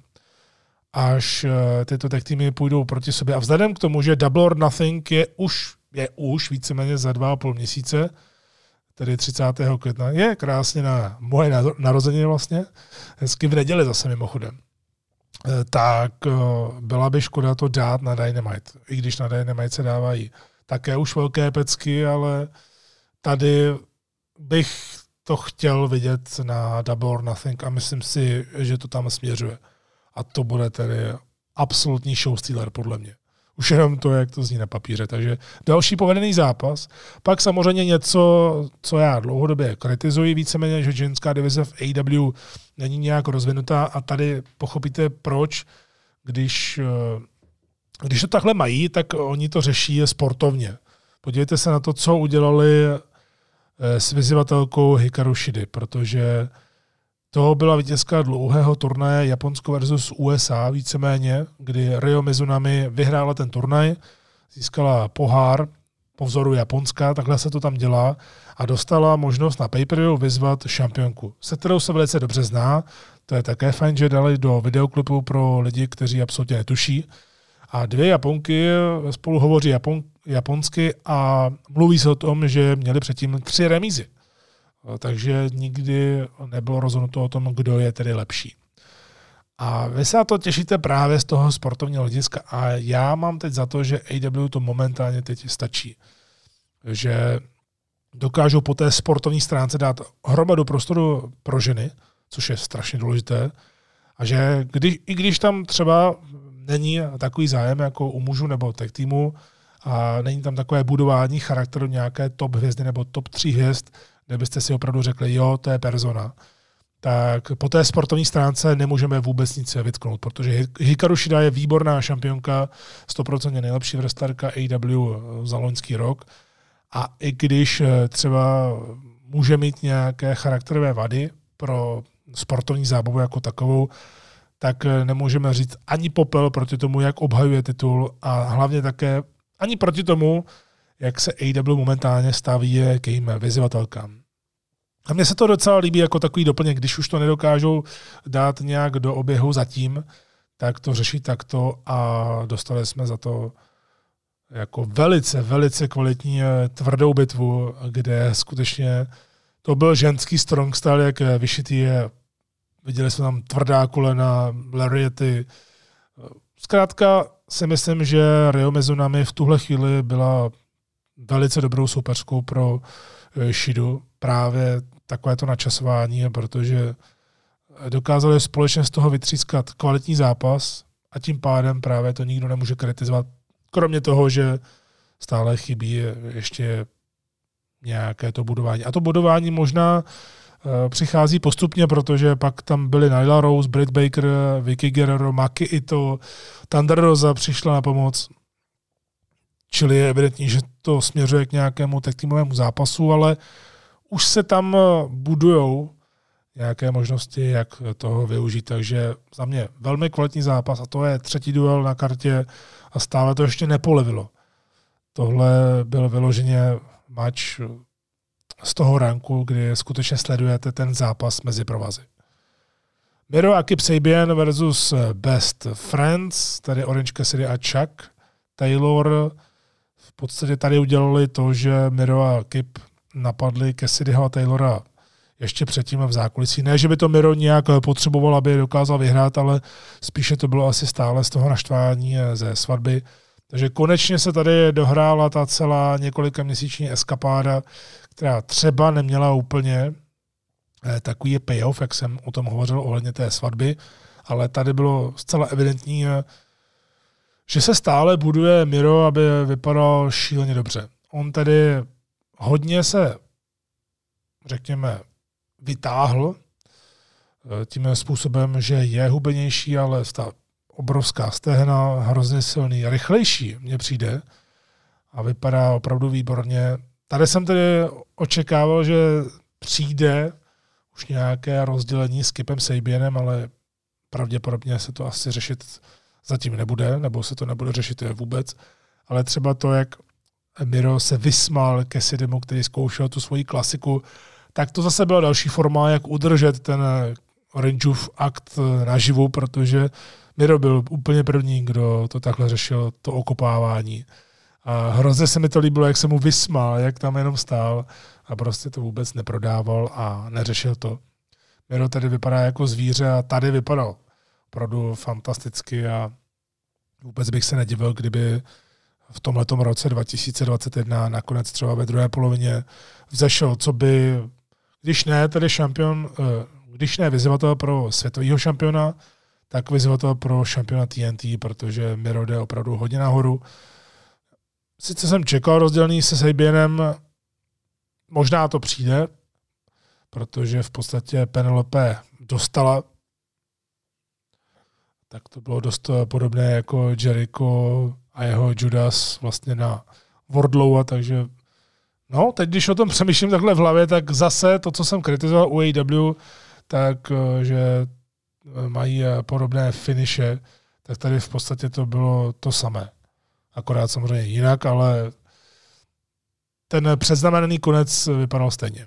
Až tyto tag týmy půjdou proti sobě. A vzhledem k tomu, že Double or Nothing je už, je už víceméně za dva a půl měsíce, tedy třicátého května, je krásně na moje narozeniny vlastně, hezky v neděli zase mimochodem, tak byla by škoda to dát na Dynamite. I když na Dynamite se dávají také už velké pecky, ale tady bych to chtěl vidět na Double or Nothing a myslím si, že to tam směřuje. A to bude tedy absolutní showstealer podle mě. Už jenom to, jak to zní na papíře. Takže další povedený zápas. Pak samozřejmě něco, co já dlouhodobě kritizuji, víceméně, že ženská divize v A E W není nějak rozvinutá a tady pochopíte proč, když, když to takhle mají, tak oni to řeší sportovně. Podívejte se na to, co udělali s vyzývatelkou Hikaru Shida, protože to byla vítězka dlouhého turnaje Japonsko versus U S A víceméně, kdy Ryo Mizunami vyhrála ten turnaj, získala pohár po vzoru Japonska, takhle se to tam dělá a dostala možnost na pay-per-view vyzvat šampionku, se kterou se velice dobře zná. To je také fajn, že dali do videoklipu pro lidi, kteří absolutně netuší. A dvě Japonky spolu hovoří japon, japonsky a mluví se o tom, že měli předtím tři remízy. Takže nikdy nebylo rozhodnuto o tom, kdo je tedy lepší. A vy se na to těšíte právě z toho sportovního hlediska a já mám teď za to, že A E W to momentálně teď stačí. Že dokážou po té sportovní stránce dát hromadu prostoru pro ženy, což je strašně důležité, a že když, i když tam třeba není takový zájem jako u mužů nebo tag týmu a není tam takové budování charakteru nějaké top hvězdy nebo top tří hvězd, kde byste si opravdu řekli, jo, to je persona, tak po té sportovní stránce nemůžeme vůbec nic vytknout, protože Hikaru Shida je výborná šampionka, sto procent nejlepší wrestlerka A E W za loňský rok a i když třeba může mít nějaké charakterové vady pro sportovní zábavu jako takovou, tak nemůžeme říct ani popel proti tomu, jak obhajuje titul a hlavně také ani proti tomu, jak se A E W momentálně staví k jejím vyzývatelkám. A mně se to docela líbí jako takový doplněk, když už to nedokážou dát nějak do oběhu zatím, tak to řeší takto a dostali jsme za to jako velice, velice kvalitní tvrdou bitvu, kde skutečně to byl ženský strong style, jak vyšitý je. Viděli jsme tam tvrdá kolena, lariaty. Zkrátka si myslím, že Ryo Mizunami v tuhle chvíli byla velice dobrou soupeřkou pro Shidu. Právě takové to načasování, protože dokázali společně z toho vytřískat kvalitní zápas a tím pádem právě to nikdo nemůže kritizovat. Kromě toho, že stále chybí ještě nějaké to budování. A to budování možná uh, přichází postupně, protože pak tam byli Nyla Rose, Britt Baker, Vicky Guerrero, Maki Ito, Thunder Rosa přišla na pomoc. Čili je evidentní, že to směřuje k nějakému tag teamovému zápasu, ale už se tam budujou nějaké možnosti, jak toho využít. Takže za mě velmi kvalitní zápas a to je třetí duel na kartě a stále to ještě nepolevilo. Tohle byl vyloženě match z toho ranku, kdy skutečně sledujete ten zápas mezi provazy. Miro a Kip Sabian versus Best Friends, tady Orange Cassidy a Chuck Taylor. V podstatě tady udělali to, že Miro a Kip napadli Cassidyho a Taylora ještě předtím v zákulisí. Ne, že by to Miro nějak potřeboval, aby dokázal vyhrát, ale spíše to bylo asi stále z toho naštvání ze svatby. Takže konečně se tady dohrála ta celá několika měsíční eskapáda, která třeba neměla úplně takový payoff, jak jsem o tom hovořil ohledně té svatby, ale tady bylo zcela evidentní, že se stále buduje Miro, aby vypadal šíleně dobře. On tedy hodně se, řekněme, vytáhl tím způsobem, že je hubenější, ale ta obrovská stehna, hrozně silný, rychlejší mně přijde a vypadá opravdu výborně. Tady jsem tedy očekával, že přijde už nějaké rozdělení s Kipem Sabianem, ale pravděpodobně se to asi řešit zatím nebude, nebo se to nebude řešit vůbec, ale třeba to, jak Miro se vysmál Cassidymu, který zkoušel tu svoji klasiku, tak to zase byla další forma, jak udržet ten Orangeův akt naživu, protože Miro byl úplně první, kdo to takhle řešil, to okopávání. A hrozně se mi to líbilo, jak se mu vysmál, jak tam jenom stál a prostě to vůbec neprodával a neřešil to. Miro tady vypadá jako zvíře a tady vypadal opravdu fantasticky a vůbec bych se nedivil, kdyby v tomhletom roce dva tisíce dvacet jedna nakonec třeba ve druhé polovině vzešel, co by, když ne tedy šampion, když ne vyzývatel pro světového šampiona, tak vyzývatel pro šampiona T N T, protože Miro jde opravdu hodně nahoru. Sice jsem čekal rozdělený se Sabianem, možná to přijde, protože v podstatě Penelope dostala, tak to bylo dost podobné jako Jericho a jeho Judas vlastně na Wardlowa, takže no, teď když o tom přemýšlím takhle v hlavě, tak zase to, co jsem kritizoval u A E W, tak že mají podobné finishe, tak tady v podstatě to bylo to samé. Akorát samozřejmě jinak, ale ten předznamenaný konec vypadal stejně.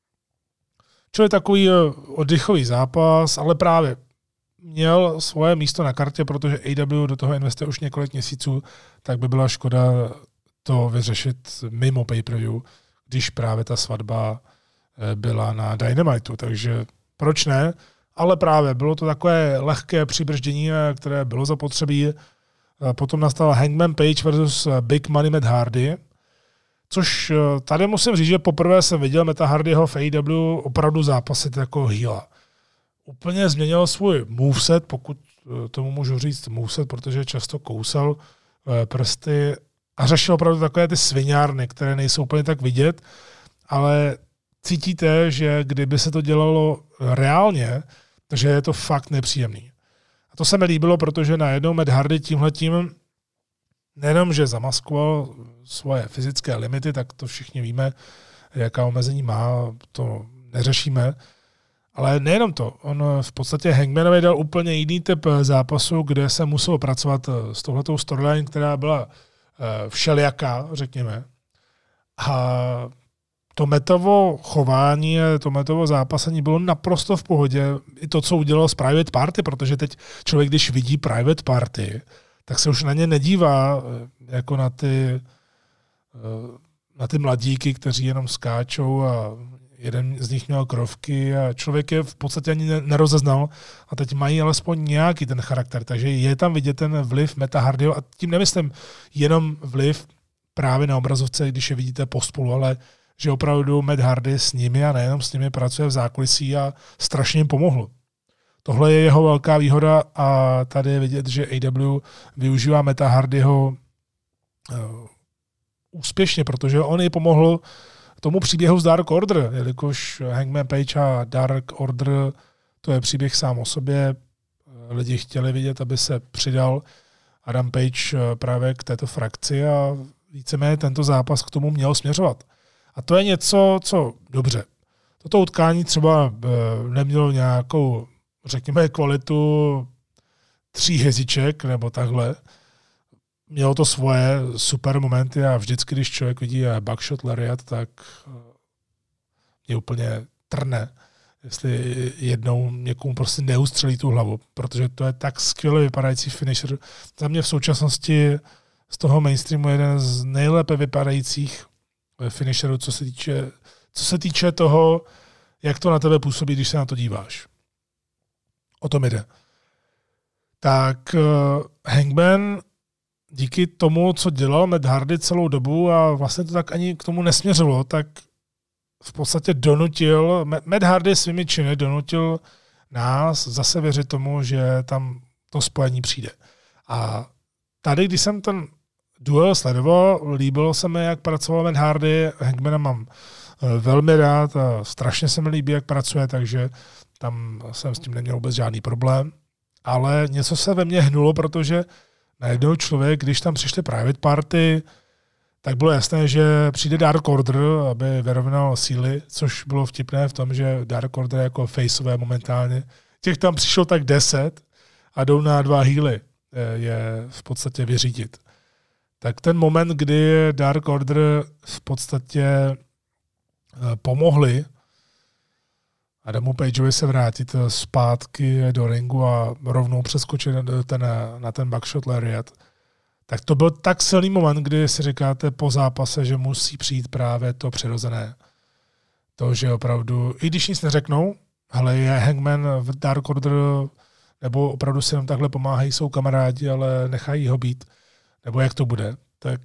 Čili takový oddychový zápas, ale právě měl svoje místo na kartě, protože A E W do toho investuje už několik měsíců, tak by byla škoda to vyřešit mimo pay-per-view, když právě ta svatba byla na Dynamitu, takže proč ne? Ale právě bylo to takové lehké přibrždění, které bylo zapotřebí. Potom nastal Hangman Page versus Big Money Matt Hardy, což tady musím říct, že poprvé jsem viděl Meta Hardyho v A E W opravdu zápasit jako heala. Úplně změnil svůj moveset, pokud tomu můžu říct moveset, protože často kousal prsty a řešil opravdu takové ty sviňárny, které nejsou úplně tak vidět, ale cítíte, že kdyby se to dělalo reálně, takže je to fakt nepříjemný. A to se mi líbilo, protože najednou Matt Hardy tímhletím nejenom, že zamaskoval svoje fyzické limity, tak to všichni víme, jaká omezení má, to neřešíme, ale nejenom to. On v podstatě Hangmanovi dal úplně jiný typ zápasu, kde se muselo pracovat s touhletou storyline, která byla všelijaká, řekněme. A to metovo chování, to metovo zápasení bylo naprosto v pohodě. I to, co udělal z Private Party, protože teď člověk, když vidí Private Party, tak se už na ně nedívá jako na ty, na ty mladíky, kteří jenom skáčou a jeden z nich měl krovky a člověk je v podstatě ani nerozeznal a teď mají alespoň nějaký ten charakter, takže je tam vidět ten vliv Meta Hardyho a tím nemyslím jenom vliv právě na obrazovce, když je vidíte pospolu, ale že opravdu Matt Hardy s nimi a nejenom s nimi pracuje v zákulisí a strašně jim pomohl. Tohle je jeho velká výhoda a tady je vidět, že A E W využívá Meta Hardyho uh, úspěšně, protože on ji pomohl tomu příběhu z Dark Order, jelikož Hangman Page a Dark Order, to je příběh sám o sobě, lidi chtěli vidět, aby se přidal Adam Page právě k této frakci a víceméně tento zápas k tomu měl směřovat. A to je něco, co dobře. Toto utkání třeba nemělo nějakou, řekněme, kvalitu tří hvězdiček nebo takhle. Mělo to svoje super momenty a vždycky, když člověk vidí Buckshot Lariat, tak mě úplně trne, jestli jednou někomu prostě neustřelí tu hlavu, protože to je tak skvěle vypadající finisher. Za mě v současnosti z toho mainstreamu jeden z nejlépe vypadajících finisherů, co se týče, co se týče toho, jak to na tebe působí, když se na to díváš. O tom jde. Tak uh, Hangman díky tomu, co dělal Matt Hardy celou dobu a vlastně to tak ani k tomu nesměřilo, tak v podstatě donutil, Matt Hardy svými činy donutil nás zase věřit tomu, že tam to spojení přijde. A tady, když jsem ten duel sledoval, líbilo se mi, jak pracoval Matt Hardy, Hangmana mám velmi rád a strašně se mi líbí, jak pracuje, takže tam jsem s tím neměl vůbec žádný problém. Ale něco se ve mně hnulo, protože najednou člověk, když tam přišly private party, tak bylo jasné, že přijde Dark Order, aby vyrovnal síly, což bylo vtipné v tom, že Dark Order jako faceové momentálně. Těch tam přišlo tak deset a jdou na dva healy je v podstatě vyřídit. Tak ten moment, kdy Dark Order v podstatě pomohli Adamu Pageovi se vrátit zpátky do ringu a rovnou přeskočit na ten, na ten Buckshot Lariat, tak to byl tak silný moment, kdy si říkáte po zápase, že musí přijít právě to přirozené. To, že opravdu, i když nic neřeknou, ale je Hangman v Dark Order, nebo opravdu si jenom takhle pomáhají, jsou kamarádi, ale nechají ho být, nebo jak to bude, tak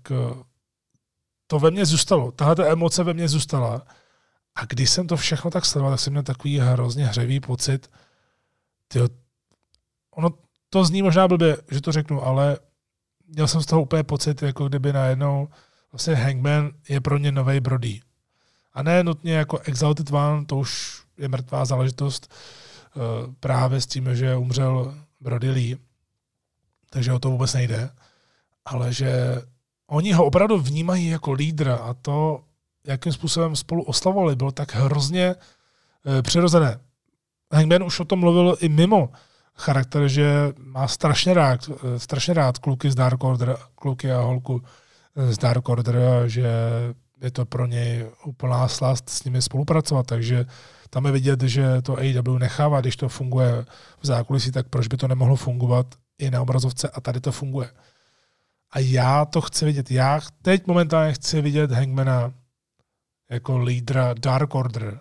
to ve mně zůstalo. Tahle ta emoce ve mně zůstala. A když jsem to všechno tak sledoval, tak jsem měl takový hrozně hřevý pocit. Tyjo, ono to zní možná blbě, že to řeknu, ale měl jsem z toho úplně pocit, jako kdyby najednou vlastně Hangman je pro ně novej Brody. A ne nutně jako Exalted One, to už je mrtvá záležitost právě s tím, že umřel Brody Lee. Takže o to vůbec nejde. Ale že oni ho opravdu vnímají jako lídra a to, jakým způsobem spolu oslavovali, bylo tak hrozně e, přirozené. Hangman už o tom mluvil i mimo charakter, že má strašně rád, e, strašně rád kluky z Dark Order, kluky a holku z Dark Order, že je to pro něj úplná slast s nimi spolupracovat, takže tam je vidět, že to A E W nechává, když to funguje v zákulisí, tak proč by to nemohlo fungovat i na obrazovce a tady to funguje. A já to chci vidět. Já teď momentálně chci vidět Hangmana jako lídra Dark Order.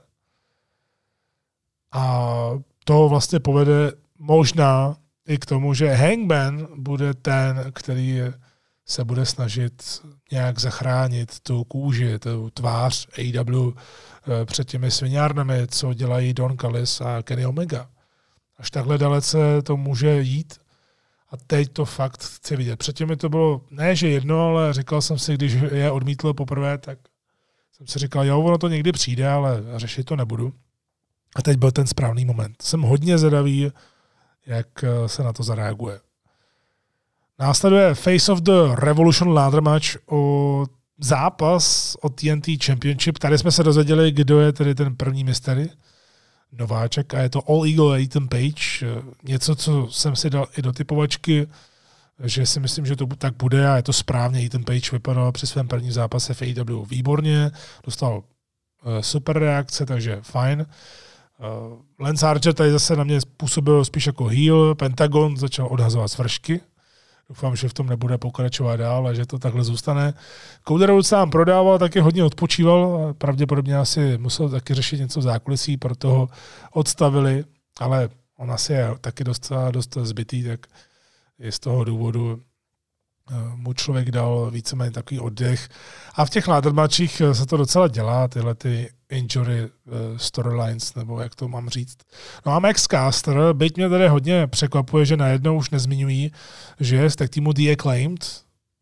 A to vlastně povede možná i k tomu, že Hangman bude ten, který se bude snažit nějak zachránit tu kůži, tu tvář A E W před těmi sviňárnami, co dělají Don Callis a Kenny Omega. Až takhle dalece to může jít. A teď to fakt chci vidět. Předtím mi to bylo, ne že jedno, ale říkal jsem si, když je odmítl poprvé, tak jsem si říkal, jo, ono to někdy přijde, ale řešit to nebudu. A teď byl ten správný moment. Jsem hodně zvědavý, jak se na to zareaguje. Následuje Face of the Revolution ladder match o zápas o T N T Championship. Tady jsme se dozvěděli, kdo je tedy ten první mystery. Nováček a je to All Eagle Ethan Page. Něco, co jsem si dal i do typovačky, že si myslím, že to tak bude a je to správně. Ethan Page vypadal při svém prvním zápase v A E W výborně, dostal super reakce, takže fajn. Lance Archer tady zase na mě působil spíš jako heel, Pentagon začal odhazovat svršky. Doufám, že v tom nebude pokračovat dál a že to takhle zůstane. Cody Rhodes sám prodával, taky hodně odpočíval. Pravděpodobně asi musel taky řešit něco v zákulisí, proto ho odstavili, ale on asi je taky dost, dost zbytý, tak i z toho důvodu mu člověk dal víceméně takový oddech. A v těch ladder matchích se to docela dělá, tyhle ty injury storylines, nebo jak to mám říct. No a Max Caster, byť mě tady hodně překvapuje, že najednou už nezmiňují, že je z tag týmu The Acclaimed,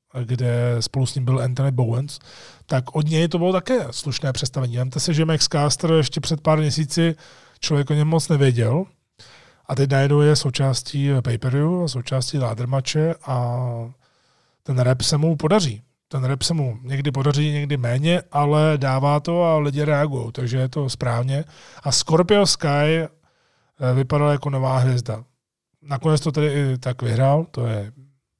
kde spolu s ním byl Anthony Bowens, tak od něj to bylo také slušné představení. Vemte si, že Max Caster ještě před pár měsíci člověk o něm moc nevěděl a teď najednou je součástí pay-per-view, součástí ladder matche a ten rep se mu podaří. Ten rep se mu někdy podaří, někdy méně, ale dává to a lidi reagují, takže je to správně. A Scorpio Sky vypadal jako nová hvězda. Nakonec to tedy i tak vyhrál, to je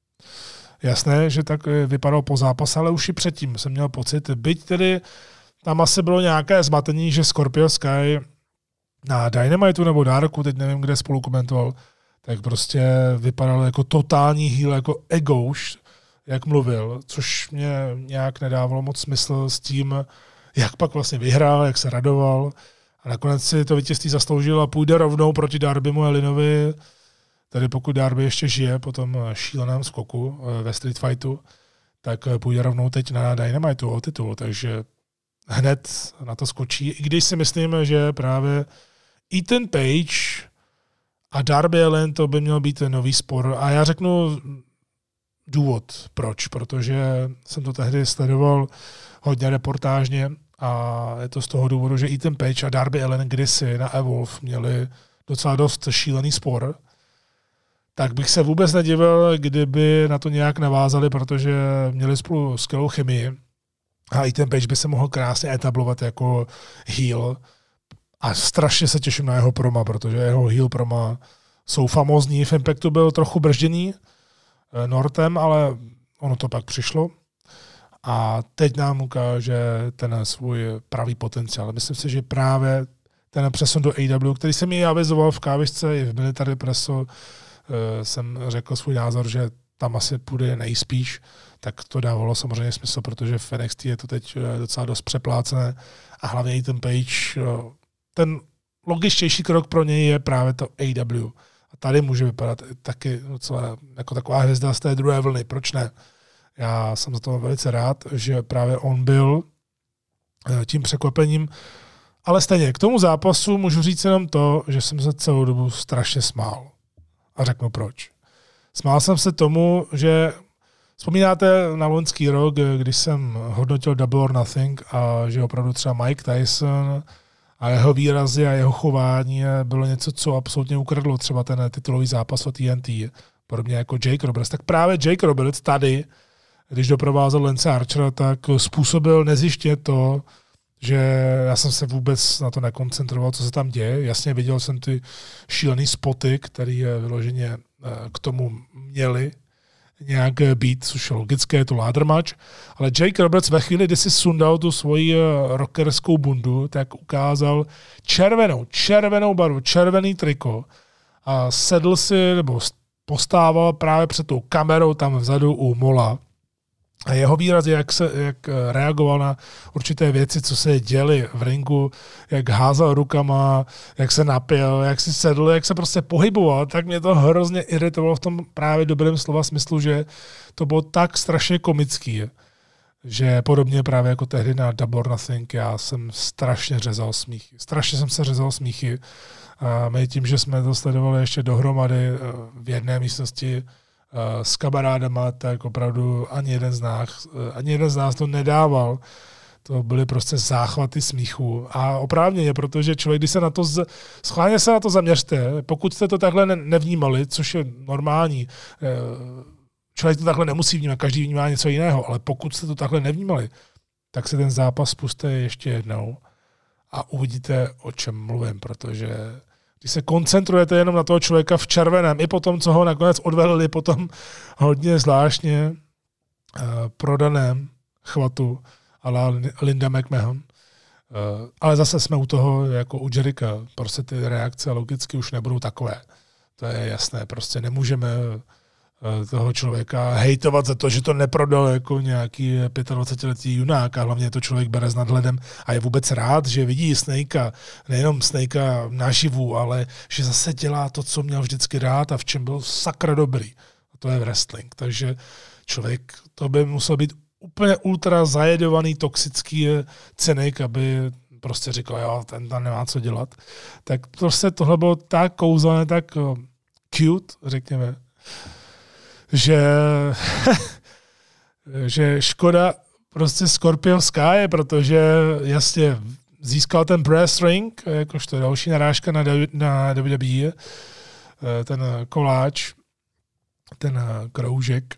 jasné, že tak vypadalo po zápase, ale už i předtím jsem měl pocit, byť tedy tam asi bylo nějaké zmatení, že Scorpio Sky na Dynamitu nebo Darku, teď nevím, kde spolu komentoval, tak prostě vypadal jako totální heel, jako egouš, jak mluvil, což mě nějak nedávalo moc smysl s tím, jak pak vlastně vyhrál, jak se radoval. A nakonec si to vítězství zasloužil a půjde rovnou proti Darbymu Allinovi, tedy pokud Darby ještě žije po tom šíleném skoku ve Street Fightu, tak půjde rovnou teď na Dynamitu o titul, takže hned na to skočí. I když si myslím, že právě Ethan Page a Darby Allin to by měl být nový spor. A já řeknu důvod, proč, protože jsem to tehdy sledoval hodně reportážně a je to z toho důvodu, že Ethan Page a Darby Allin kdysi na Evolve měli docela dost šílený spor, tak bych se vůbec nedivil, kdyby na to nějak navázali, protože měli spolu skvělou chemii a Ethan Page by se mohl krásně etablovat jako heel a strašně se těším na jeho proma, protože jeho heel proma jsou famózní. V Impactu byl trochu bržděný Nortem, ale ono to pak přišlo a teď nám ukáže ten svůj pravý potenciál. Myslím si, že právě ten přesun do A E W, který jsem ji avizoval v kávisce i v Military Presso, jsem řekl svůj názor, že tam asi půjde nejspíš, tak to dávalo samozřejmě smysl, protože v N X T je to teď docela dost přeplácené a hlavně i ten Page, ten logičtější krok pro něj je právě to A E W. A tady může vypadat taky docela jako taková hvězda z té druhé vlny. Proč ne? Já jsem za to velice rád, že právě on byl tím překvapením. Ale stejně, k tomu zápasu můžu říct jenom to, že jsem se celou dobu strašně smál. A řeknu proč. Smál jsem se tomu, že vzpomínáte na loňský rok, když jsem hodnotil Double or Nothing a že opravdu třeba Mike Tyson a jeho výrazy a jeho chování bylo něco, co absolutně ukradlo třeba ten titulový zápas o T N T, podobně jako Jake Roberts. Tak právě Jake Roberts tady, když doprovázel Lance Archera, tak způsobil nezjištně to, že já jsem se vůbec na to nekoncentroval, co se tam děje. Jasně viděl jsem ty šílený spoty, které vyloženě k tomu měli nějak být, což je logické, je to ladder match, ale Jake Roberts ve chvíli, kdy si sundal tu svoji rockerskou bundu, tak ukázal červenou, červenou barvu, červený triko a sedl si, nebo postával právě před tou kamerou tam vzadu u Mola. A jeho výraz, jak, se, jak reagoval na určité věci, co se děly v ringu, jak házel rukama, jak se napil, jak si sedl, jak se prostě pohyboval, tak mě to hrozně iritovalo v tom právě dobrém slova smyslu, že to bylo tak strašně komický, že podobně právě jako tehdy na Double or Nothing, já jsem strašně řezal smíchy. Strašně jsem se řezal smíchy. A my tím, že jsme to sledovali ještě dohromady v jedné místnosti s kamarádama, tak opravdu ani jeden z nás, ani jeden z nás to nedával. To byly prostě záchvaty smíchu. A oprávněně, protože člověk, když se na to, z... schválně se na to zaměřte, pokud jste to takhle nevnímali, což je normální, člověk to takhle nemusí vnímat, každý vnímá něco jiného, ale pokud jste to takhle nevnímali, tak se ten zápas puste ještě jednou a uvidíte, o čem mluvím, protože když se koncentrujete jenom na toho člověka v červeném, i po tom, co ho nakonec odvelili, potom hodně zvláštně uh, prodaném chvatu ala Linda McMahon. Uh, ale zase jsme u toho, jako u Jericha, prostě ty reakce logicky už nebudou takové. To je jasné, prostě nemůžeme uh, toho člověka hejtovat za to, že to neprodal jako nějaký dvacetiletý junák a hlavně to člověk bere s nadhledem a je vůbec rád, že vidí Snakea, nejenom Snakea naživu, ale že zase dělá to, co měl vždycky rád a v čem byl sakra dobrý. A to je wrestling. Takže člověk, to by musel být úplně ultra zajedovaný, toxický cynik, aby prostě říkal, jo, ten tam nemá co dělat. Tak prostě tohle bylo tak kouzelné, tak cute, řekněme, že že škoda prostě Scorpio Sky, protože jasně získal ten brass ring, jakožto další narážka na, na W W E, ten koláč, ten kroužek.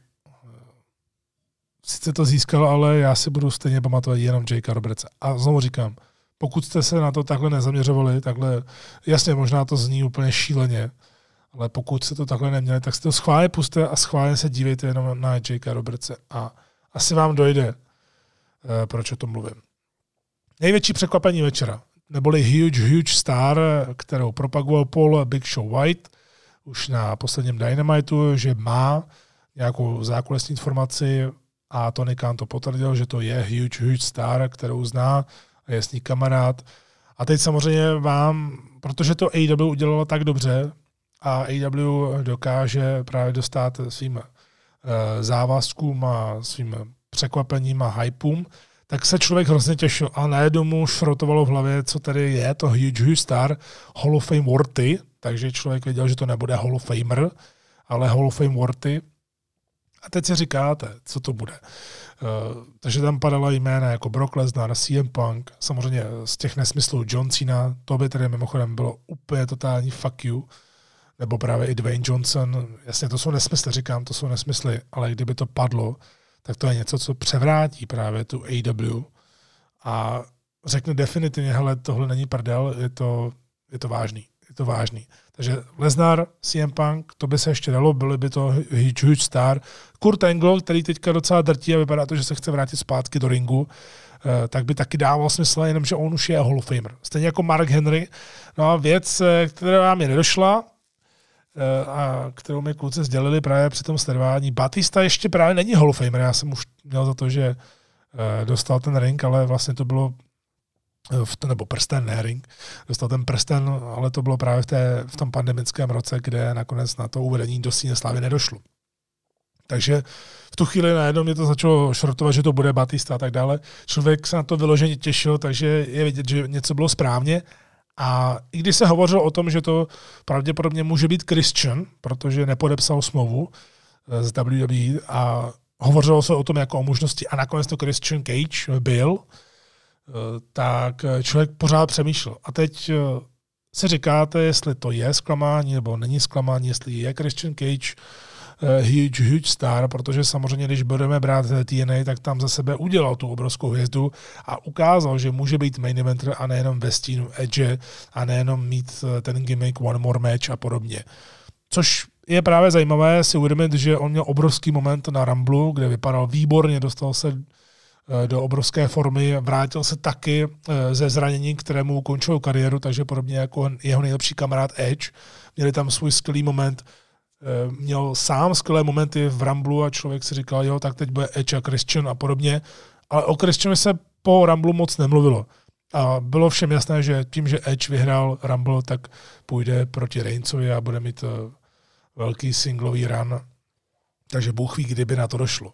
Sice to získal, ale já si budu stejně pamatovat jenom Jakea Robertse. A znovu říkám, pokud jste se na to takhle nezaměřovali, takhle, jasně, možná to zní úplně šíleně, ale pokud se to takhle neměli, tak si to schválně puste a schválně se dívejte jenom na Jakea Robertse a asi vám dojde, proč o tom mluvím. Největší překvapení večera, neboli huge, huge star, kterou propagoval Paul Big Show White už na posledním Dynamitu, že má nějakou zákulisní informaci a Tony Khan to potvrdil, že to je huge, huge star, kterou zná a je s ní kamarád. A teď samozřejmě vám, protože to A E W udělalo tak dobře a A E W dokáže právě dostat svým uh, závazkům a svým překvapením a hypeům, tak se člověk hrozně těšil a najednou mu šrotovalo v hlavě, co tady je to huge, huge star, Hall of Fame worthy, takže člověk věděl, že to nebude Hall of Famer, ale Hall of Fame worthy. A teď si říkáte, co to bude. Uh, takže tam padala jména jako Brock Lesnar, C M Punk, samozřejmě z těch nesmyslů John Cena, to by tedy mimochodem bylo úplně totální fuck you, nebo právě i Dwayne Johnson, jasně to jsou nesmysly, říkám, to jsou nesmysly, ale kdyby to padlo, tak to je něco, co převrátí právě tu A E W a řekne definitivně, hele, tohle není prdel, je to, je to vážný, je to vážný. Takže Lesnar, C M Punk, to by se ještě dalo, byly by to huge, huge star. Kurt Angle, který teďka docela drtí a vypadá to, že se chce vrátit zpátky do ringu, tak by taky dával smysl, jenomže on už je Hall of Famer. Stejně jako Mark Henry. No a věc, která mi nedošla, a kterou mi kluci sdělili právě při tom sledování. Batista ještě právě není Hall of Famer. Já jsem už měl za to, že dostal ten ring, ale vlastně to bylo v to, nebo prsten, ne ring, dostal ten prsten, ale to bylo právě v, té, v tom pandemickém roce, kde nakonec na to uvedení do síně slávy nedošlo. Takže v tu chvíli najednou mě to začalo šrotovat, že to bude Batista a tak dále. Člověk se na to vyloženě těšil, takže je vidět, že něco bylo správně. A i když se hovořilo o tom, že to pravděpodobně může být Christian, protože nepodepsal smlouvu z W W E a hovořilo se o tom jako o možnosti a nakonec to Christian Cage byl, tak člověk pořád přemýšlel. A teď se říkáte, jestli to je zklamání nebo není zklamání, jestli je Christian Cage huge, huge star, protože samozřejmě, když budeme brát T N A, tak tam za sebe udělal tu obrovskou hvězdu a ukázal, že může být main eventer a nejenom ve stínu Edge a nejenom mít ten gimmick one more match a podobně. Což je právě zajímavé si uvědomit, že on měl obrovský moment na Rumble, kde vypadal výborně, dostal se do obrovské formy, vrátil se taky ze zranění, kterému ukončil kariéru, takže podobně jako jeho nejlepší kamarád Edge. Měli tam svůj skvělý moment, měl sám skvělé momenty v Rumble a člověk si říkal, jo, tak teď bude Edge a Christian a podobně, ale o Christianu se po Rumble moc nemluvilo. A bylo všem jasné, že tím, že Edge vyhrál Rumble, tak půjde proti Reignsovi a bude mít velký singlový run. Takže Bůh ví, kdyby na to došlo.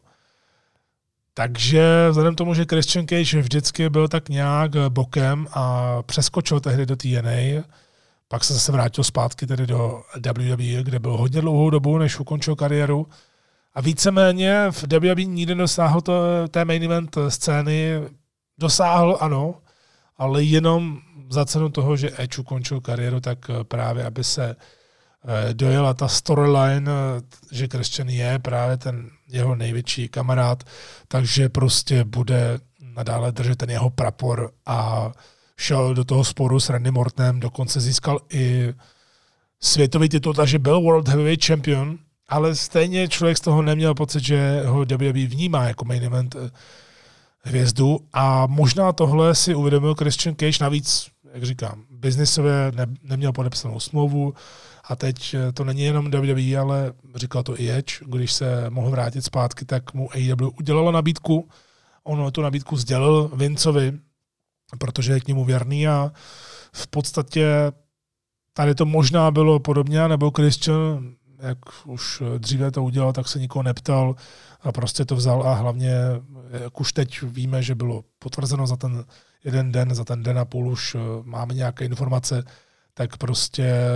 Takže vzhledem tomu, že Christian Cage vždycky byl tak nějak bokem a přeskočil tehdy do T N A, pak se zase vrátil zpátky tedy do W W E, kde byl hodně dlouhou dobu, než ukončil kariéru. A víceméně v W W E nikdy dosáhl to, té main event scény. Dosáhl, ano, ale jenom za cenu toho, že Edge ukončil kariéru, tak právě, aby se dojela ta storyline, že Christian je právě ten jeho největší kamarád, takže prostě bude nadále držet ten jeho prapor a šel do toho sporu s Randy Ortonem, dokonce získal i světový titul, takže byl World Heavyweight Champion, ale stejně člověk z toho neměl pocit, že ho W W E vnímá jako main event hvězdu a možná tohle si uvědomil Christian Cage, navíc, jak říkám, biznisově ne, neměl podepsanou smlouvu a teď to není jenom W W E, ale říkal to i Edge, když se mohl vrátit zpátky, tak mu A E W udělalo nabídku, on tu nabídku sdělil Vinceovi, protože je k němu věrný a v podstatě tady to možná bylo podobně, nebo Christian, jak už dříve to udělal, tak se nikoho neptal a prostě to vzal a hlavně, jak už teď víme, že bylo potvrzeno za ten jeden den, za ten den a půl už máme nějaké informace, tak prostě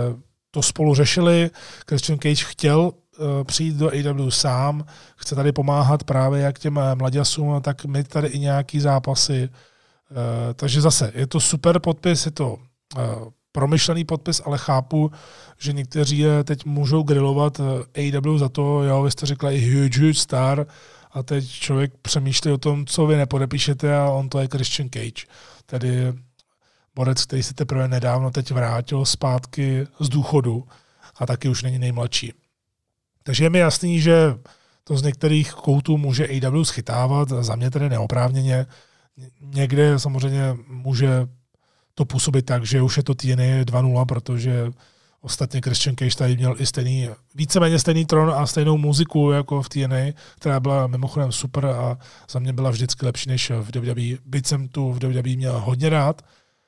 to spolu řešili. Christian Cage chtěl uh, přijít do A E W sám, chce tady pomáhat právě jak těm mladěsům, tak mít tady i nějaký zápasy. Uh, takže zase, je to super podpis, je to uh, promyšlený podpis, ale chápu, že někteří teď můžou grilovat A E W za to, jo, vy jste řekla i huge, huge star, a teď člověk přemýšlí o tom, co vy nepodepíšete, a on to je Christian Cage. Tedy borec, který se teprve nedávno teď vrátil zpátky z důchodu a taky už není nejmladší. Takže je mi jasný, že to z některých koutů může A E W schytávat, za mě tedy neoprávněně. Někde samozřejmě může to působit tak, že už je to T N A dva nula, protože ostatně Christian Cage tady měl i stejný, víceméně stejný tron a stejnou muziku jako v T N A, která byla mimochodem super a za mě byla vždycky lepší než v W W E. Byť jsem tu v W W E měl hodně rád,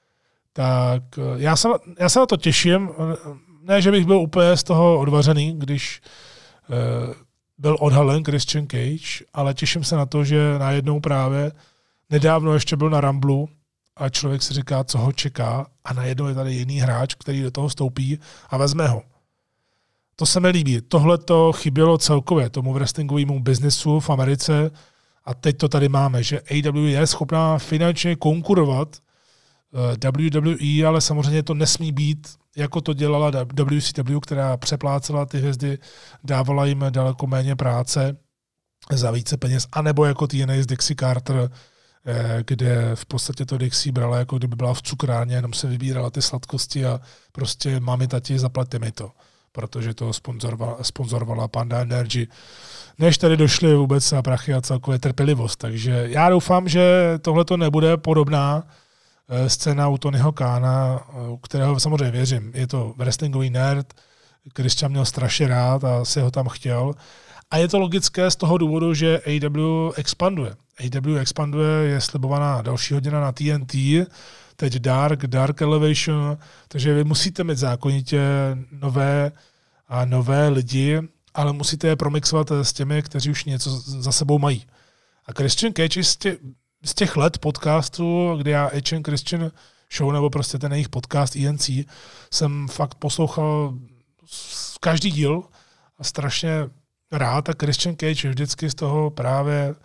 tak já se, já se na to těším. Ne, že bych byl úplně z toho odvařený, když eh, byl odhalen Christian Cage, ale těším se na to, že najednou právě nedávno ještě byl na Rumblu a člověk si říká, co ho čeká, a najednou je tady jiný hráč, který do toho vstoupí a vezme ho. To se mi líbí. Tohle to chybělo celkově tomu wrestlingovému biznesu v Americe a teď to tady máme, že A E W je schopná finančně konkurovat W W E, ale samozřejmě to nesmí být, jako to dělala W C W, která přeplácela ty hvězdy, dávala jim daleko méně práce za více peněz, anebo jako T N A z Dixie Carter, kde v podstatě to Dixie brala, jako kdyby byla v cukrárně, jenom se vybírala ty sladkosti a prostě mami, tati, zaplaťte mi to, protože to sponzorovala, sponzorovala Panda Energy, než tady došly vůbec na prachy a celkově trpělivost. Takže já doufám, že tohle to nebude podobná scéna u Tonyho Khána, u kterého samozřejmě věřím. Je to wrestlingový nerd, Christian měl strašně rád a si ho tam chtěl. A je to logické z toho důvodu, že A E W expanduje. A E W expanduje, je slibovaná další hodina na T N T, teď Dark, Dark Elevation, takže vy musíte mít zákonitě nové a nové lidi, ale musíte je promixovat s těmi, kteří už něco za sebou mají. A Christian Cage z těch, z těch let podcastu, kdy já Edge and Christian Show, nebo prostě ten jejich podcast E N C, jsem fakt poslouchal každý díl a strašně rád, a Christian Cage vždycky z toho právě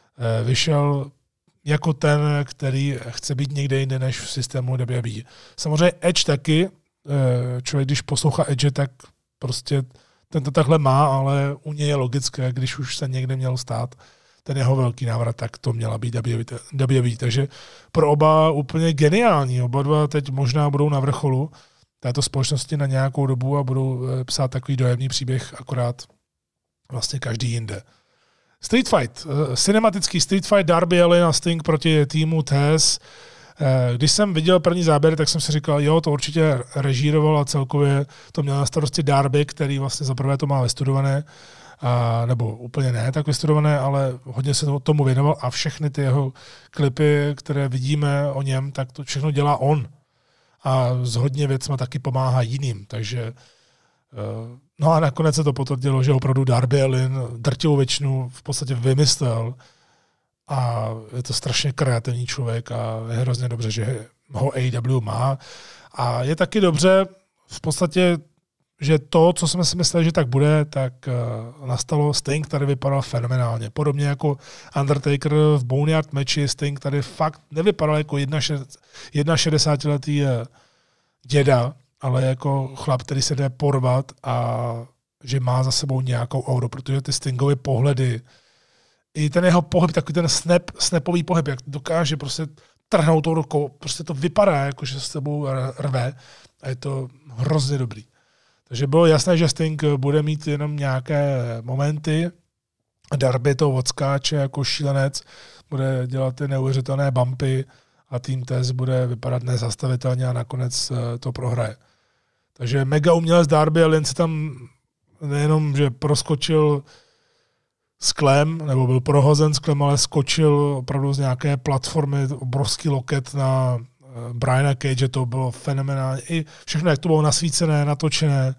vyšel jako ten, který chce být někde jinde než v systému W W E. Samozřejmě Edge taky, člověk, když poslouchá Edge, tak prostě ten to takhle má, ale u něj je logické, když už se někde měl stát ten jeho velký návrat, tak to měla být W W E. Takže pro oba úplně geniální. Oba dva teď možná budou na vrcholu této společnosti na nějakou dobu a budou psát takový dojemný příběh, akorát vlastně každý jinde. Street Fight, cinematický Street Fight, Darby Allin a Sting proti týmu Taz. Když jsem viděl první záběr, tak jsem si říkal, jo, to určitě režíroval a celkově to měl na starosti Darby, který vlastně zaprvé to má vystudované, a, nebo úplně ne tak vystudované, ale hodně se tomu věnoval a všechny ty jeho klipy, které vidíme o něm, tak to všechno dělá on. A s hodně věcma taky pomáhá jiným, takže no a nakonec se to potvrdilo, že opravdu Darby Allin drtivou většinu v podstatě vymyslel a je to strašně kreativní člověk a je hrozně dobře, že ho A E W má. A je taky dobře v podstatě, že to, co jsme si mysleli, že tak bude, tak nastalo. Sting tady vypadal fenomenálně. Podobně jako Undertaker v Boneyard matchi, Sting tady fakt nevypadal jako šedesátiletý děda, ale jako chlap, který se jde porvat a že má za sebou nějakou auru, protože ty Stingové pohledy, i ten jeho pohyb, takový ten snap, snapový pohyb, jak dokáže prostě trhnout tou rukou, prostě to vypadá, jako že se s sebou rve a je to hrozně dobrý. Takže bylo jasné, že Sting bude mít jenom nějaké momenty, Darby to odskáče jako šílenec, bude dělat ty neuvěřitelné bumpy a tým Taz bude vypadat nezastavitelně a nakonec to prohraje. Takže mega umělec Darby Allin se tam nejenom, že proskočil sklem, nebo byl prohozen sklem, ale skočil opravdu z nějaké platformy, obrovský loket na Briana Cage, to bylo fenomenální. I všechno, jak to bylo nasvícené, natočené,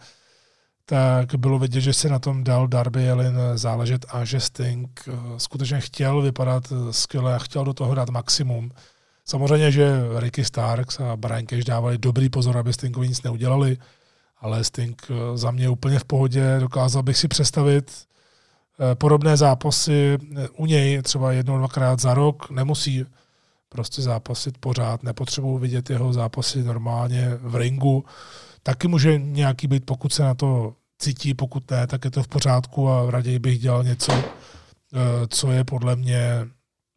tak bylo vidět, že se na tom dal Darby Allin záležet a že Sting skutečně chtěl vypadat skvěle a chtěl do toho dát maximum. Samozřejmě, že Ricky Starks a Brian Cage dávali dobrý pozor, aby Stingovi nic neudělali, ale Sting za mě úplně v pohodě, dokázal bych si představit podobné zápasy u něj třeba jednou, dvakrát za rok, nemusí prostě zápasit pořád, nepotřebuji vidět jeho zápasy normálně v ringu, taky může nějaký být, pokud se na to cítí, pokud ne, tak je to v pořádku a raději bych dělal něco, co je podle mě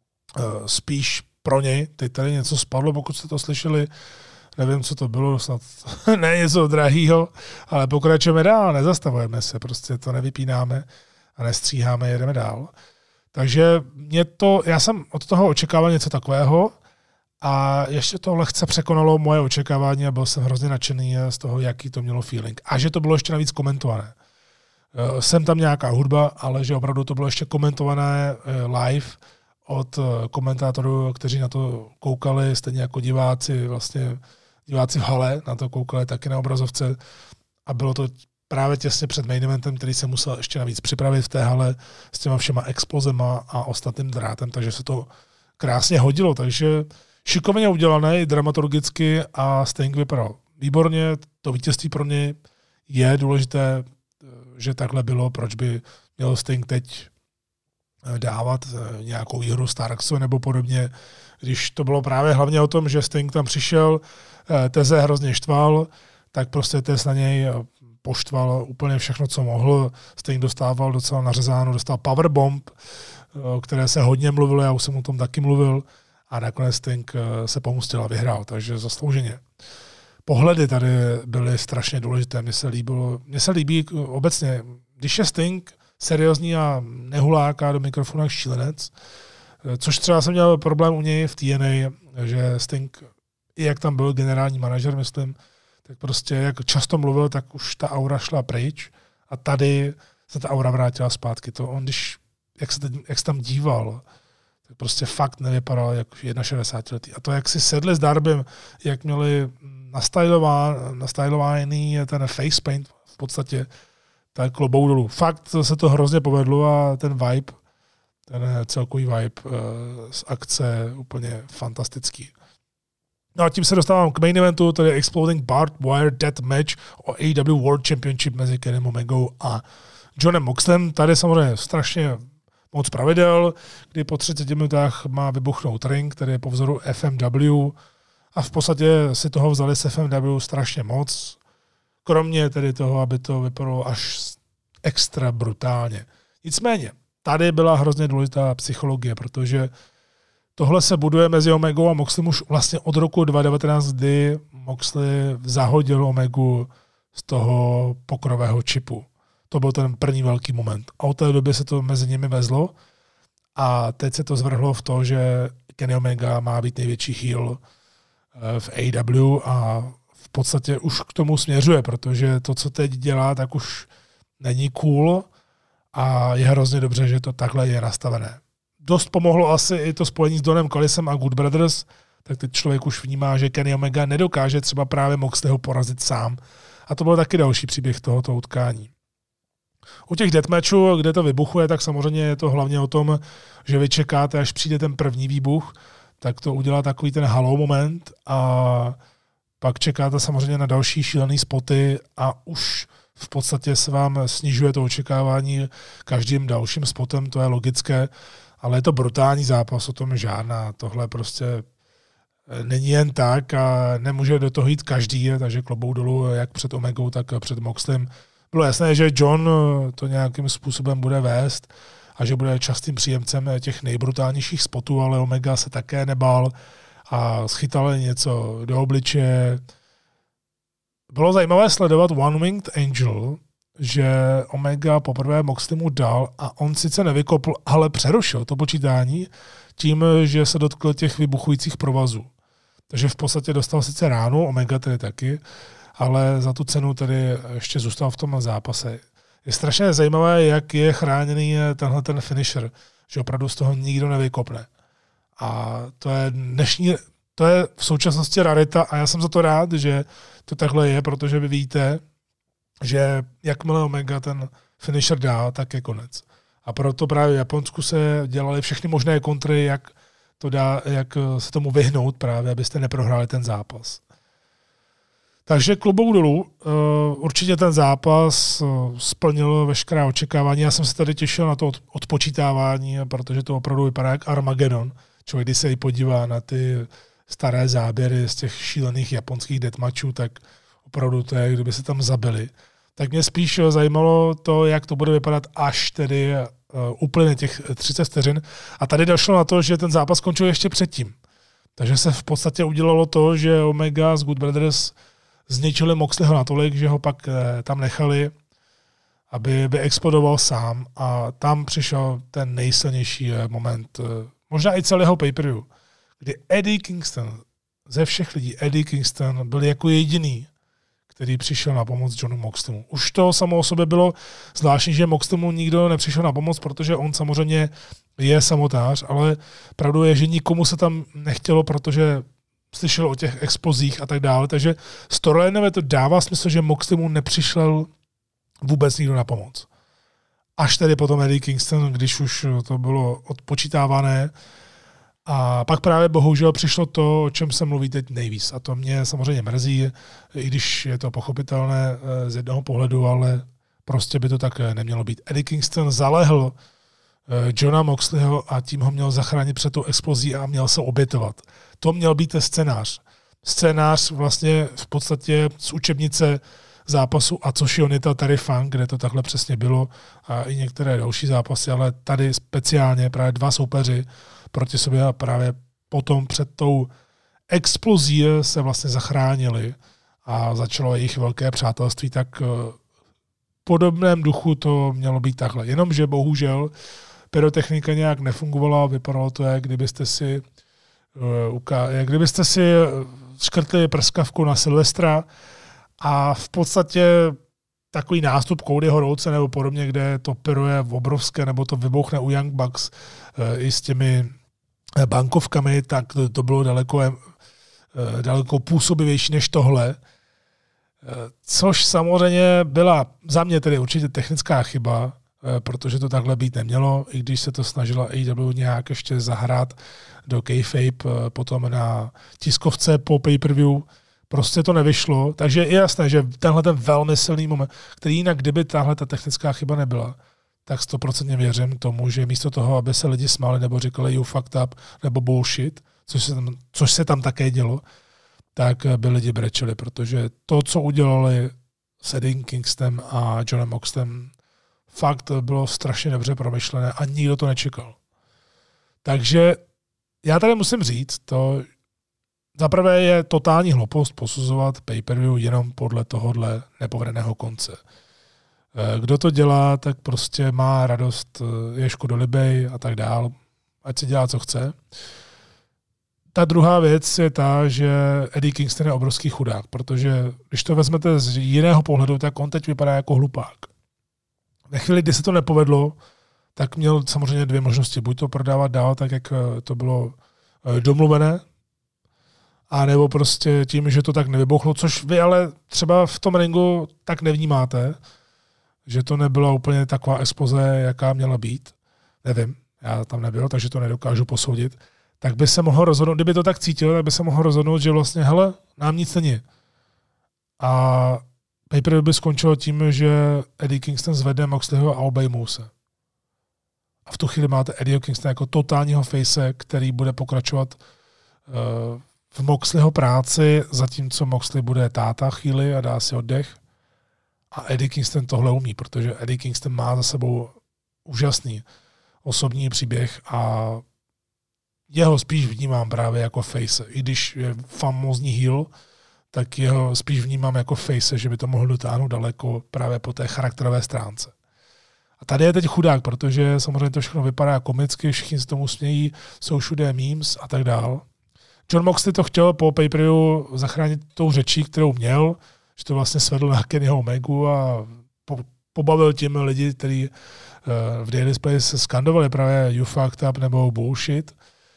spíš pro něj. Teď tady něco spadlo, pokud jste to slyšeli, nevím, co to bylo, snad ne něco drahýho, ale pokračujeme dál, nezastavujeme se, prostě to nevypínáme a nestříháme, jedeme dál. Takže mě to, já jsem od toho očekával něco takového a ještě to lehce překonalo moje očekávání a byl jsem hrozně nadšený z toho, jaký to mělo feeling. A že to bylo ještě navíc komentované. Jsem tam nějaká hudba, ale že opravdu to bylo ještě komentované live od komentátorů, kteří na to koukali, stejně jako diváci, vlastně diváci v hale na to koukali taky na obrazovce a bylo to právě těsně před main eventem, který se musel ještě navíc připravit v té hale s těma všema explozema a ostatním drátem, takže se to krásně hodilo, takže šikovně udělané, dramaturgicky a Sting vypadal výborně, to vítězství pro ně je důležité, že takhle bylo, proč by měl Sting teď dávat nějakou výhru Starksu nebo podobně, když to bylo právě hlavně o tom, že Sting tam přišel, Teze hrozně štval, tak prostě Tez na něj poštval úplně všechno, co mohl. Sting dostával docela nařezáno, dostal powerbomb, o které se hodně mluvilo, já už jsem o tom taky mluvil a nakonec Sting se pomstil a vyhrál, takže zaslouženě. Pohledy tady byly strašně důležité, mně se líbilo, mně se líbí obecně, když je Sting seriózní a nehuláká do mikrofonu jak šílenec, což třeba jsem měl problém u něj v T N A, že Sting, i jak tam byl generální manažer, myslím, tak prostě jak často mluvil, tak už ta aura šla pryč a tady se ta aura vrátila zpátky. To on, když, jak se, teď, jak se tam díval, tak prostě fakt nevypadal jak šedesátiletý. A to, jak si sedli s Darbym, jak měli nastylovaný ten face paint v podstatě, tak klobouk dolů. Fakt se to hrozně povedlo a ten vibe, ten celkový vibe z akce úplně fantastický. No a tím se dostávám k main eventu, to je Exploding Barbed Wire Death Match o A E W World Championship mezi Kennym Omegou a Johnem Moxlem. Tady samozřejmě strašně moc pravidel, kdy po třiceti minutách má vybuchnout ring, který je po vzoru F M W a v podstatě si toho vzali s F M W strašně moc, kromě tedy toho, aby to vypadalo až extra brutálně. Nicméně, tady byla hrozně důležitá psychologie, protože tohle se buduje mezi Omegou a Moxlem už vlastně od roku dva tisíce devatenáct, kdy Moxley zahodil Omegu z toho pokrového čipu. To byl ten první velký moment. A od té doby se to mezi nimi vezlo a teď se to zvrhlo v to, že Kenny Omega má být největší heel v A E W a v podstatě už k tomu směřuje, protože to, co teď dělá, tak už není cool a je hrozně dobře, že to takhle je nastavené. Dost pomohlo asi i to spojení s Donem Callisem a Good Brothers, tak teď člověk už vnímá, že Kenny Omega nedokáže třeba právě Moxleyho porazit sám. A to byl taky další příběh tohoto utkání. U těch deathmatchů, kde to vybuchuje, tak samozřejmě je to hlavně o tom, že vy čekáte, až přijde ten první výbuch, tak to udělá takový ten halo moment a pak čekáte samozřejmě na další šílený spoty a už v podstatě se vám snižuje to očekávání každým dalším spotem, to je logické, ale je to brutální zápas, o tom žádná. Tohle prostě není jen tak a nemůže do toho jít každý, takže klobouk dolů jak před Omegou, tak před Moxlem. Bylo jasné, že John to nějakým způsobem bude vést a že bude častým příjemcem těch nejbrutálnějších spotů, ale Omega se také nebál a schytal něco do obličeje. Bylo zajímavé sledovat One Winged Angel, že Omega poprvé Moxleymu dal a on sice nevykopl, ale přerušil to počítání tím, že se dotkl těch vybuchujících provazů. Takže v podstatě dostal sice ránu, Omega tedy taky, ale za tu cenu tedy ještě zůstal v tom zápase. Je strašně zajímavé, jak je chráněný tenhle ten finisher, že opravdu z toho nikdo nevykopne. A to je dnešní, to je v současnosti rarita a já jsem za to rád, že to takhle je, protože vy víte, že jakmile Omega ten finisher dá, tak je konec. A proto právě v Japonsku se dělaly všechny možné kontry, jak, to dá, jak se tomu vyhnout právě, abyste neprohráli ten zápas. Takže klobouk dolů. Určitě ten zápas splnil veškerá očekávání. Já jsem se tady těšil na to odpočítávání, protože to opravdu vypadá jak Armageddon. Člověk, když se podívá na ty staré záběry z těch šílených japonských deathmatchů, tak opravdu to je, kdyby se tam zabili. Tak mě spíš zajímalo to, jak to bude vypadat, až tedy uplyne těch třicet vteřin. A tady došlo na to, že ten zápas skončil ještě předtím. Takže se v podstatě udělalo to, že Omega z Good Brothers zničili Moxleyho natolik, že ho pak tam nechali, aby vyexplodoval sám. A tam přišel ten nejsilnější moment, možná i celého pay-per-view, kdy Eddie Kingston, ze všech lidí Eddie Kingston byl jako jediný, který přišel na pomoc Johnu Moxleymu. Už to samo o sobě bylo zvláštní, že Moxleymu nikdo nepřišel na pomoc, protože on samozřejmě je samotář, ale pravdou je, že nikomu se tam nechtělo, protože slyšel o těch explozích a tak dále, takže storylineově to dává smysl, že Moxleymu nepřišel vůbec nikdo na pomoc. Až tedy potom Eddie Kingston, když už to bylo odpočítávané. A pak právě bohužel přišlo to, o čem se mluví teď nejvíc. A to mě samozřejmě mrzí, i když je to pochopitelné z jednoho pohledu, ale prostě by to tak nemělo být. Eddie Kingston zalehl Johna Moxleyho a tím ho měl zachránit před tou explozí a měl se obětovat. To měl být ten scénář. Scénář vlastně v podstatě z učebnice zápasu a což je Onita Terry Funk, kde to takhle přesně bylo a i některé další zápasy, ale tady speciálně právě dva soupeři proti sobě a právě potom před tou explozí se vlastně zachránili a začalo jejich velké přátelství, tak v podobném duchu to mělo být takhle. Jenomže bohužel pyrotechnika nějak nefungovala, vypadalo to, jak kdybyste si jak kdybyste si škrtli prskavku na Silvestra a v podstatě takový nástup Codyho Rhodese nebo podobně, kde to pyro je obrovské, nebo to vybouchne u Young Bucks e, i s těmi bankovkami, tak to, to bylo daleko, e, daleko působivější než tohle. E, což samozřejmě byla za mě tedy určitě technická chyba, e, protože to takhle být nemělo, i když se to snažila A E W nějak ještě zahrát do kayfabe e, potom na tiskovce po pay-per-view. Prostě to nevyšlo, takže je jasné, že tenhle ten velmi silný moment, který jinak, kdyby tahle ta technická chyba nebyla, tak stoprocentně věřím tomu, že místo toho, aby se lidi smáli nebo říkali you fucked up nebo bullshit, což se tam, což se tam také dělo, tak by lidi brečeli, protože to, co udělali s Eddie Kingstonem a Johnem Moxleyem, fakt bylo strašně dobře promyšlené a nikdo to nečekal. Takže já tady musím říct to, zaprvé je totální hloupost posuzovat pay-per-view jenom podle tohohle nepovedeného konce. Kdo to dělá, tak prostě má radost, je škodolibej a tak dál, ať si dělá, co chce. Ta druhá věc je ta, že Eddie Kingston je obrovský chudák, protože když to vezmete z jiného pohledu, tak on teď vypadá jako hlupák. Ve chvíli, kdy se to nepovedlo, tak měl samozřejmě dvě možnosti. Buď to prodávat dál, tak jak to bylo domluvené, a nebo prostě tím, že to tak nevybouchlo, což vy ale třeba v tom ringu tak nevnímáte, že to nebyla úplně taková exploze, jaká měla být. Nevím, já tam nebyl, takže to nedokážu posoudit. Tak by se mohl rozhodnout, kdyby to tak cítil, tak by se mohl rozhodnout, že vlastně, hele, nám nic není. A pay-per-view by skončilo tím, že Eddie Kingston zvede Moxleyho a obejmou se. A v tu chvíli máte Eddieho Kingstona jako totálního face, který bude pokračovat uh, v Moxleyho práci, zatímco Moxley bude táta chvíli a dá si oddech. A Eddie Kingston tohle umí, protože Eddie Kingston má za sebou úžasný osobní příběh a jeho spíš vnímám právě jako face. I když je famózní heel, tak jeho spíš vnímám jako face, že by to mohl dotáhnout daleko právě po té charakterové stránce. A tady je teď chudák, protože samozřejmě to všechno vypadá komicky, všichni se tomu smějí, jsou všude memes a tak dál. John Moxley to chtěl po pay-per-view zachránit tou řečí, kterou měl, že to vlastně svedl na Kennyho Omegu a po, pobavil tím lidi, kteří uh, v Daily's Place skandovali právě you fucked up nebo bullshit.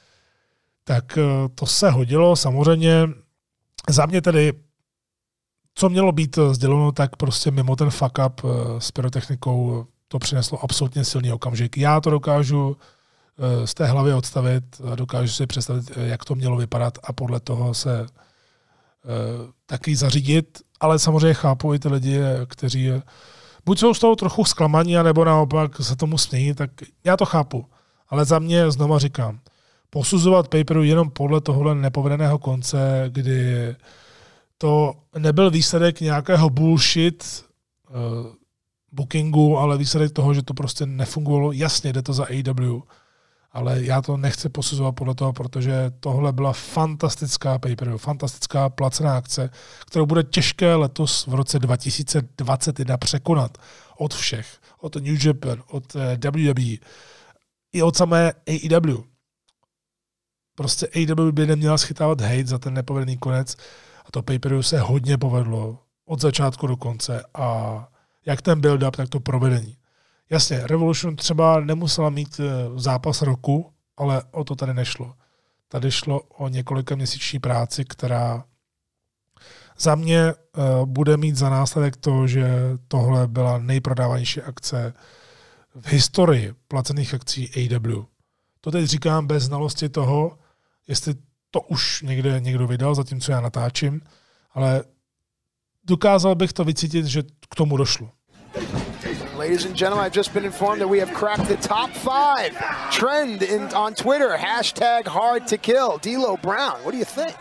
Tak uh, to se hodilo. Samozřejmě za mě tedy, co mělo být sděleno, tak prostě mimo ten fuck up uh, s pyrotechnikou to přineslo absolutně silný okamžik. Já to dokážu z té hlavy odstavit, dokážu si představit, jak to mělo vypadat a podle toho se taky zařídit, ale samozřejmě chápu i ty lidi, kteří buď jsou z toho trochu zklamaní, nebo naopak se tomu smějí, tak já to chápu. Ale za mě znova říkám, posuzovat pay-per-view jenom podle tohohle nepovedeného konce, kdy to nebyl výsledek nějakého bullshit uh, bookingu, ale výsledek toho, že to prostě nefungovalo. Jasně, jde to za A E W, ale já to nechci posuzovat podle toho, protože tohle byla fantastická pay-per-view, fantastická placená akce, kterou bude těžké letos v roce dva tisíce dvacet jedna překonat od všech, od New Japan, od W W E i od samé A E W. Prostě A E W by neměla schytávat hate za ten nepovedený konec a to pay-per-view se hodně povedlo od začátku do konce a jak ten build-up, tak to provedení. Jasně, Revolution třeba nemusela mít zápas roku, ale o to tady nešlo. Tady šlo o několika měsíční práci, která za mě bude mít za následek to, že tohle byla nejprodávanější akce v historii placených akcí A E W. To teď říkám bez znalosti toho, jestli to už někde někdo vydal, zatímco já natáčím, ale dokázal bych to vycítit, že k tomu došlo. Ladies and gentlemen, I've just been informed that we have cracked the top five trend in, on Twitter. Hashtag hard to kill. D'Lo Brown, what do you think?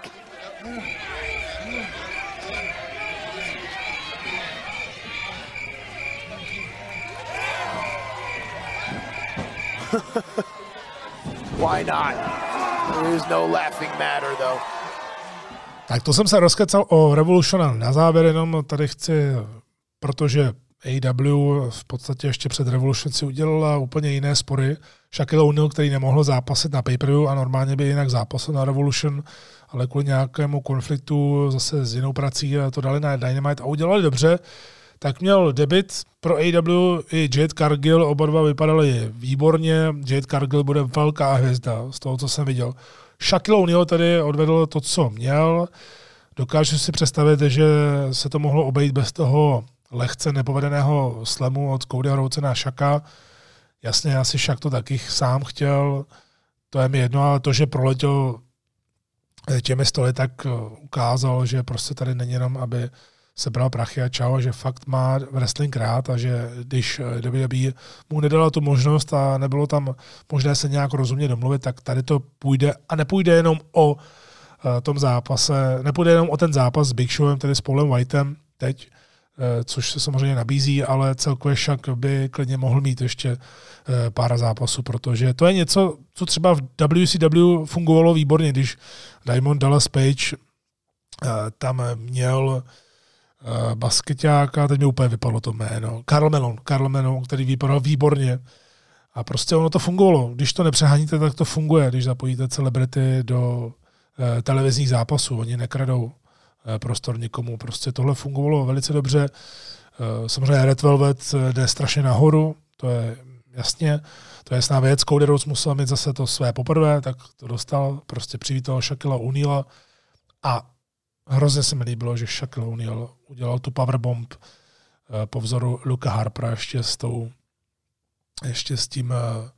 Why not? There is no laughing matter, though. Tak to jsem se rozkecal o Revolution na závěr, jenom tady chci, protože A E W v podstatě ještě před Revolution si udělala úplně jiné spory. Shaquille O'Neal, který nemohl zápasit na pay-per-view a normálně by jinak zápasil na Revolution, ale kvůli nějakému konfliktu zase s jinou prací to dali na Dynamite a udělali dobře, tak měl debut pro A E W i Jade Cargill, oba dva vypadali výborně. Jade Cargill bude velká hvězda z toho, co jsem viděl. Shaquille O'Neal tady odvedl to, co měl. Dokážu si představit, že se to mohlo obejít bez toho lehce nepovedeného slamu od Codyho Rhodese na Shaka. Jasně, asi Shaq to taky sám chtěl, to je mi jedno, ale to, že proletěl těmi stoly, tak ukázal, že prostě tady není jenom, aby sebral prachy a čau, a že fakt má wrestling rád a že když W W E mu nedala tu možnost a nebylo tam možné se nějak rozumně domluvit, tak tady to půjde a nepůjde jenom o tom zápase, nepůjde jenom o ten zápas s Big Showem, tedy s Paulem Whiteem teď, což se samozřejmě nabízí, ale celkově však by klidně mohl mít ještě pár zápasů, protože to je něco, co třeba v W C W fungovalo výborně, když Diamond Dallas Page tam měl baskeťáka, teď mi úplně vypadlo to jméno, Karl Malone, Karl Malone, který vypadal výborně a prostě ono to fungovalo. Když to nepřeháníte, tak to funguje, když zapojíte celebrity do televizních zápasů, oni nekradou prostor nikomu. Prostě tohle fungovalo velice dobře. Samozřejmě Red Velvet jde strašně nahoru, to je jasně, to je jasná věc. Cody Rhodes musel mít zase to své poprvé, tak to dostal, prostě přivítal Shaquilla O'Neala a hrozně se mi líbilo, že Shaquille O'Neal udělal tu powerbomb po vzoru Luka Harpera ještě s tou, ještě s tím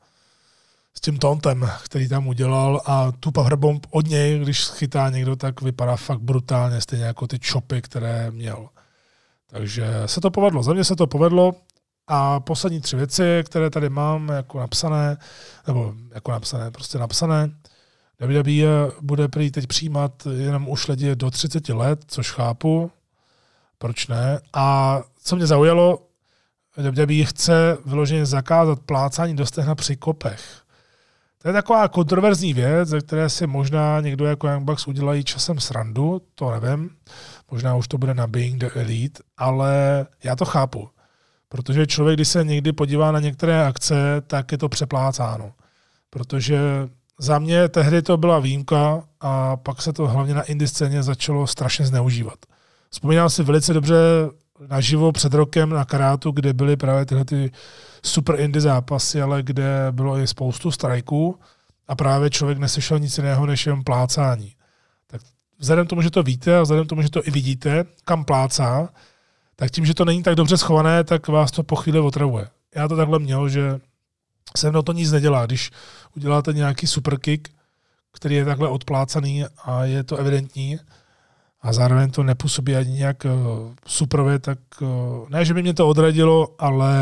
s tím tontem, který tam udělal a tu powerbomb od něj, když chytá někdo, tak vypadá fakt brutálně, stejně jako ty chopy, které měl. Takže se to povedlo, za mě se to povedlo a poslední tři věci, které tady mám jako napsané, nebo jako napsané, prostě napsané, W W E bude prý teď přijímat jenom už lidi do třicet let, což chápu, proč ne. A co mě zaujalo, W W E chce vyloženě zakázat plácání do stehna při kopech. To je taková kontroverzní věc, ze které si možná někdo jako Young Bucks udělají časem srandu, to nevím, možná už to bude na Being the Elite, ale já to chápu, protože člověk, když se někdy podívá na některé akce, tak je to přeplácáno, protože za mě tehdy to byla výjimka a pak se to hlavně na indie scéně začalo strašně zneužívat. Vzpomínám si velice dobře naživo před rokem na karátu, kde byly právě tyhle ty super indie zápasy, ale kde bylo i spoustu strajků a právě člověk neslyšel nic jiného než jen plácání. Tak vzhledem k tomu, že to víte a vzhledem k tomu, že to i vidíte, kam plácá, tak tím, že to není tak dobře schované, tak vás to po chvíli otravuje. Já to takhle měl, že se mnou to nic nedělá. Když uděláte nějaký superkick, který je takhle odplácaný a je to evidentní, a zároveň to nepůsobí ani nějak suprově, tak ne, že by mě to odradilo, ale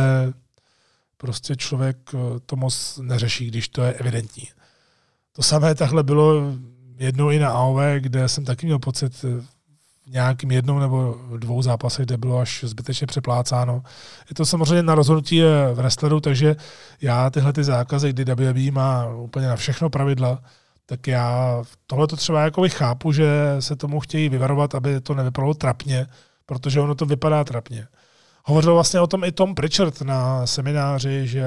prostě člověk to moc neřeší, když to je evidentní. To samé takhle bylo jednou i na A O V, kde jsem taky měl pocit v nějakým jednou nebo dvou zápasech, kde bylo až zbytečně přeplácáno. Je to samozřejmě na rozhodnutí v wrestleru, takže já tyhle ty zákazy, kdy W W E má úplně na všechno pravidla, tak já tohle to třeba jako chápu, že se tomu chtějí vyvarovat, aby to nevypadalo trapně, protože ono to vypadá trapně. Hovořil vlastně o tom i Tom Pritchard na semináři, že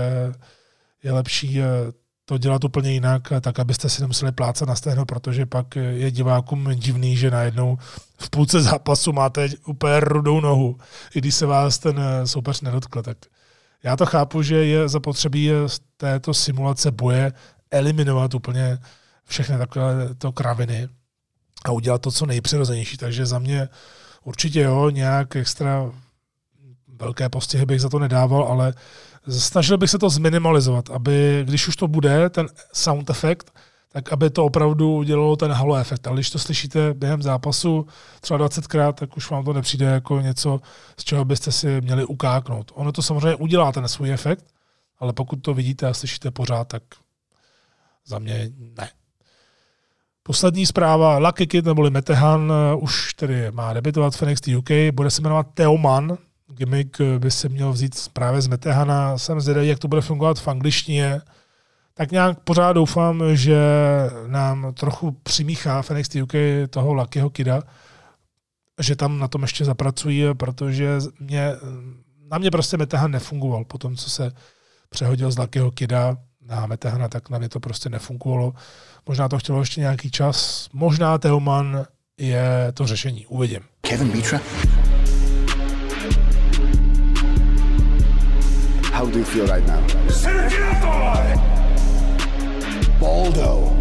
je lepší to dělat úplně jinak, tak abyste si nemuseli plácat na stehno, protože pak je divákům divný, že najednou v půlce zápasu máte úplně rudou nohu, i když se vás ten soupeř nedotkl. Tak já to chápu, že je zapotřebí z této simulace boje eliminovat úplně všechny takové to kraviny a udělat to, co nejpřirozenější. Takže za mě určitě jo, nějak extra velké postihy bych za to nedával, ale snažil bych se to zminimalizovat, aby když už to bude, ten sound efekt, tak aby to opravdu udělalo ten halo efekt. Ale když to slyšíte během zápasu třeba dvacetkrát, tak už vám to nepřijde jako něco, z čeho byste si měli ukáknout. Ono to samozřejmě udělá ten svůj efekt, ale pokud to vidíte a slyšíte pořád, tak za mě ne. Poslední zpráva, Lucky Kid neboli Metehan už tedy má debitovat v N X T U K, bude se jmenovat Teoman, gimmick by se měl vzít právě z Metehana, jsem zvědavý, jak to bude fungovat v angličtině, tak nějak pořád doufám, že nám trochu přimíchá v N X T U K toho Luckyho Kida, že tam na tom ještě zapracují, protože mě, na mě prostě Metehan nefungoval po tom, co se přehodil z Luckyho Kida na Metehana, tak na mě to prostě nefungovalo. Možná to chtělo ještě nějaký čas. Možná Teoman je to řešení. Uvidím. Kevin Mitra. How do you feel right now? Baldo.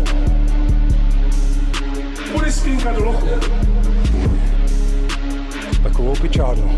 Půjde spínka do lochu. Takovou pičádu.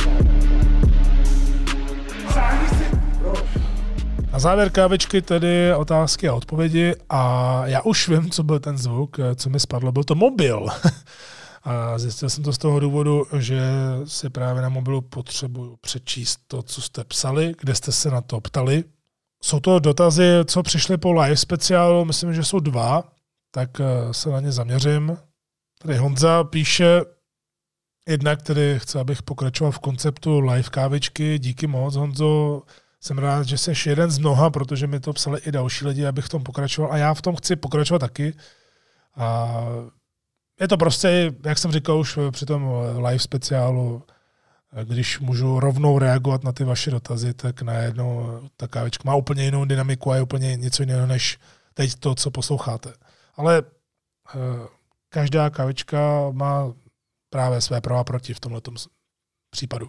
Na závěr kávičky tedy otázky a odpovědi a já už vím, co byl ten zvuk, co mi spadlo. Byl to mobil. A zjistil jsem to z toho důvodu, že si právě na mobilu potřebuju přečíst to, co jste psali, kde jste se na to ptali. Jsou to dotazy, co přišly po live speciálu, myslím, že jsou dva, tak se na ně zaměřím. Tady Honza píše, jednak tedy chce, abych pokračoval v konceptu live kávičky. Díky moc, Honzo. Jsem rád, že jsi jeden z mnoha, protože mi to psali i další lidi, abych v tom pokračoval. A já v tom chci pokračovat taky. A je to prostě, jak jsem říkal už při tom live speciálu, když můžu rovnou reagovat na ty vaše dotazy, tak najednou ta kávička má úplně jinou dynamiku a je úplně něco jiného, než teď to, co posloucháte. Ale každá kávička má právě své pro a proti v tomto případu.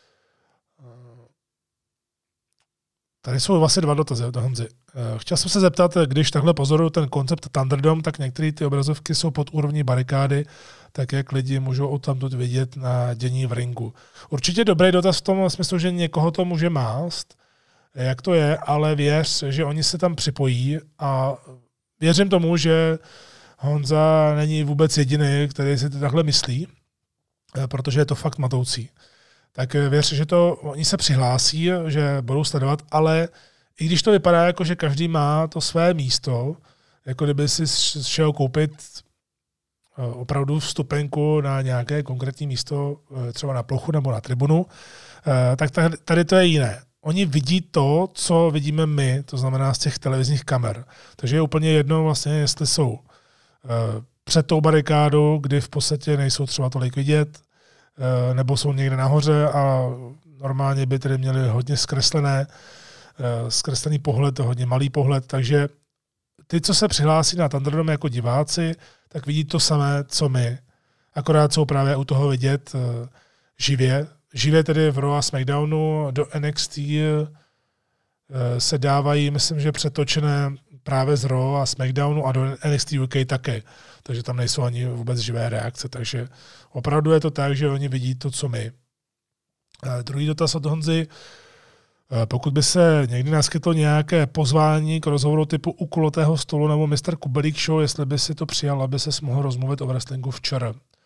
Tady jsou vlastně dva dotazy od Honzy. Chtěl jsem se zeptat, když takhle pozoruju ten koncept Thunderdome, tak některé ty obrazovky jsou pod úrovní barikády, tak jak lidi můžou odtamtud vidět na dění v ringu. Určitě dobrý dotaz v tom smyslu, že někoho to může mást, jak to je, ale věř, že oni se tam připojí a věřím tomu, že Honza není vůbec jediný, který si to takhle myslí, protože je to fakt matoucí. Tak věř, že to oni se přihlásí, že budou sledovat, ale i když to vypadá jako, že každý má to své místo, jako kdyby si šel koupit opravdu vstupenku na nějaké konkrétní místo, třeba na plochu nebo na tribunu, tak tady to je jiné. Oni vidí to, co vidíme my, to znamená z těch televizních kamer. Takže je úplně jedno vlastně, jestli jsou před tou barikádou, kdy v podstatě nejsou třeba tolik vidět, nebo jsou někde nahoře a normálně by tedy měli hodně zkreslené, zkreslený pohled, hodně malý pohled, takže ty, co se přihlásí na Thunderdome jako diváci, tak vidí to samé, co my. Akorát jsou právě u toho vidět živě. Živě tedy v Raw a SmackDownu, do N X T se dávají, myslím, že přetočené právě z Raw a SmackDownu a do N X T U K také. Takže tam nejsou ani vůbec živé reakce. Takže opravdu je to tak, že oni vidí to, co my. A druhý dotaz od Honzy. Pokud by se někdy naskytlo nějaké pozvání k rozhovoru typu U kulatého stolu nebo mister Kubelík Show, jestli by si to přijal, aby se mohl rozmluvit o wrestlingu včera.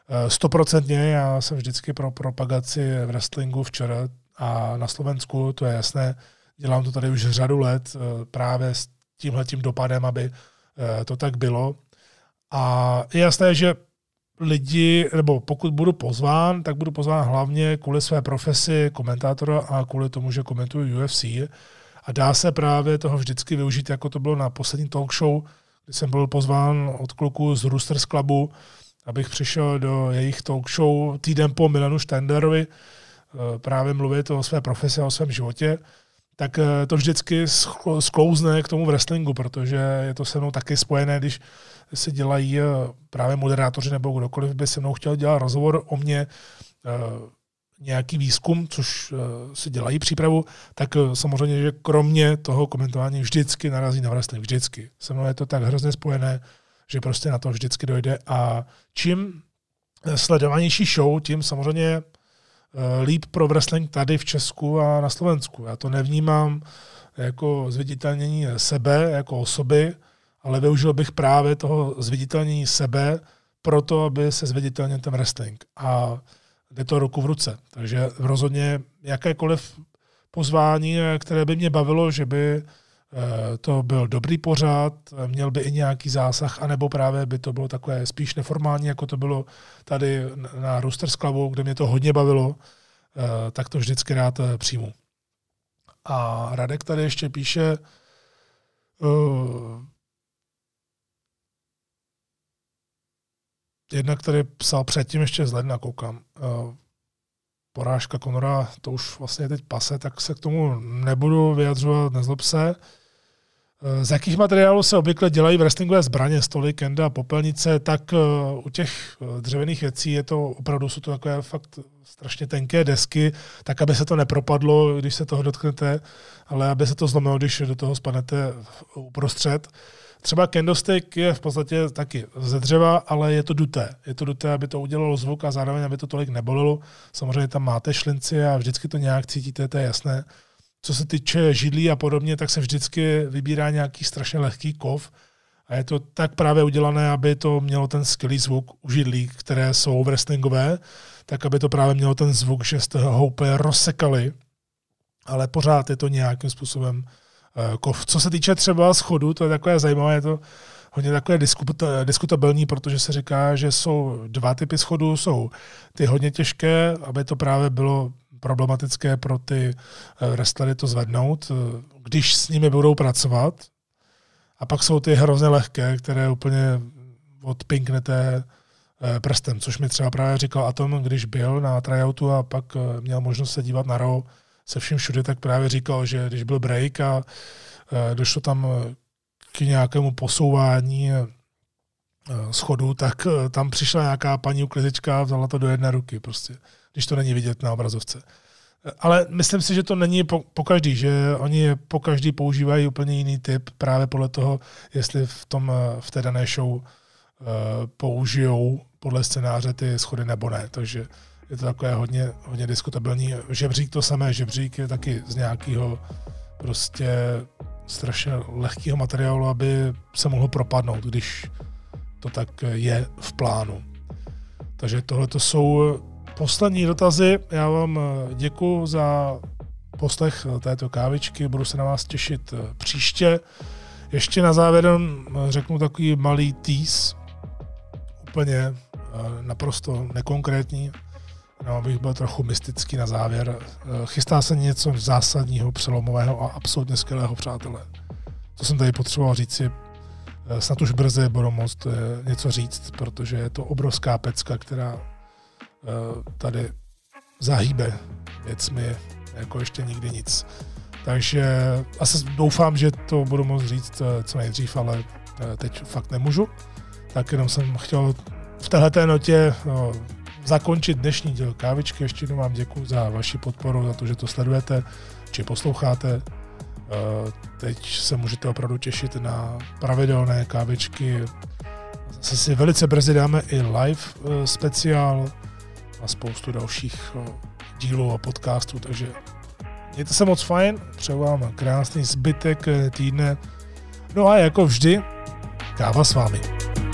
Stoprocentně, já jsem vždycky pro propagaci wrestlingu včera a na Slovensku, to je jasné, dělám to tady už řadu let právě s tímhletím dopadem, aby to tak bylo. A je jasné, že lidi, nebo pokud budu pozván, tak budu pozván hlavně kvůli své profesi komentátora a kvůli tomu, že komentuju U F C. A dá se právě toho vždycky využít, jako to bylo na poslední talk show, kdy jsem byl pozván od kluků z Roosters Clubu, abych přišel do jejich talk show týden po Milanu Steinderovi právě mluvit o své profesi a o svém životě, tak to vždycky sklouzne k tomu wrestlingu, protože je to se mnou taky spojené, když se dělají právě moderátoři nebo kdokoliv by se mnou chtěl dělat rozhovor o mě, nějaký výzkum, což si dělají přípravu, tak samozřejmě, že kromě toho komentování vždycky narazí na wrestling, vždycky. Se mnou je to tak hrozně spojené, že prostě na to vždycky dojde a čím sledovanější show, tím samozřejmě líp pro wrestling tady v Česku a na Slovensku. Já to nevnímám jako zviditelnění sebe, jako osoby, ale využil bych právě toho zviditelnění sebe proto, aby se zviditelnil ten wrestling. A jde to ruku v ruce. Takže rozhodně jakékoliv pozvání, které by mě bavilo, že by to byl dobrý pořad, měl by i nějaký zásah, anebo právě by to bylo takové spíš neformální, jako to bylo tady na Roosters Clubu, kde mě to hodně bavilo, tak to vždycky rád přijmu. A Radek tady ještě píše, jednak tady psal předtím ještě z ledna, koukám, porážka Conora, to už vlastně teď pase, tak se k tomu nebudu vyjadřovat, nezlob se. Z jakých materiálů se obvykle dělají wrestlingové zbraně, stoly, kenda, popelnice, tak u těch dřevěných věcí je to opravdu, jsou to takové fakt strašně tenké desky, tak aby se to nepropadlo, když se toho dotknete, ale aby se to zlomilo, když do toho spadnete uprostřed. Třeba candlestick je v podstatě taky ze dřeva, ale je to duté. Je to duté, aby to udělalo zvuk a zároveň, aby to tolik nebolelo. Samozřejmě tam máte šlinci a vždycky to nějak cítíte, to je jasné. Co se týče židlí a podobně, tak se vždycky vybírá nějaký strašně lehký kov a je to tak právě udělané, aby to mělo ten skvělý zvuk u židlí, které jsou wrestlingové, tak aby to právě mělo ten zvuk, že jste ho úplně rozsekali, ale pořád je to nějakým způsobem kov. Co se týče třeba schodu, to je takové zajímavé, je to hodně takové diskutabilní, protože se říká, že jsou dva typy schodů, jsou ty hodně těžké, aby to právě bylo problematické pro ty wrestlery to zvednout, když s nimi budou pracovat. A pak jsou ty hrozně lehké, které úplně odpinknete prstem, což mi třeba právě říkal Atom, když byl na tryoutu a pak měl možnost se dívat na Raw se vším všude, tak právě říkal, že když byl break a došlo tam k nějakému posouvání schodu, tak tam přišla nějaká paní uklizička a vzala to do jedné ruky, prostě, když to není vidět na obrazovce. Ale myslím si, že to není po, po každý, že oni po každý používají úplně jiný typ právě podle toho, jestli v, tom, v té dané show uh, použijou podle scénáře ty schody nebo ne. Takže je to takové hodně, hodně diskutabilní. Žebřík to samé, žebřík je taky z nějakého prostě strašně lehkého materiálu, aby se mohlo propadnout, když to tak je v plánu. Takže tohle to jsou poslední dotazy. Já vám děkuji za poslech této kávičky, budu se na vás těšit příště. Ještě na závěr řeknu takový malý tease, úplně naprosto nekonkrétní, no, abych byl trochu mystický na závěr. Chystá se něco zásadního, přelomového a absolutně skvělého, přátelé. To jsem tady potřeboval říct si. Snad už brzy budu moct něco říct, protože je to obrovská pecka, která tady zahýbe věcmi jako ještě nikdy nic. Takže asi doufám, že to budu moct říct co nejdřív, ale teď fakt nemůžu. Tak jenom jsem chtěl v téhleté notě no, zakončit dnešní díl kávičky. Ještě jednou vám děkuji za vaši podporu, za to, že to sledujete či posloucháte. Teď se můžete opravdu těšit na pravidelné kávičky. Zase si velice brzy dáme i live speciál a spoustu dalších dílů a podcastů, takže mějte se moc fajn, přeju vám krásný zbytek týdne. No a jako vždy, káva s vámi.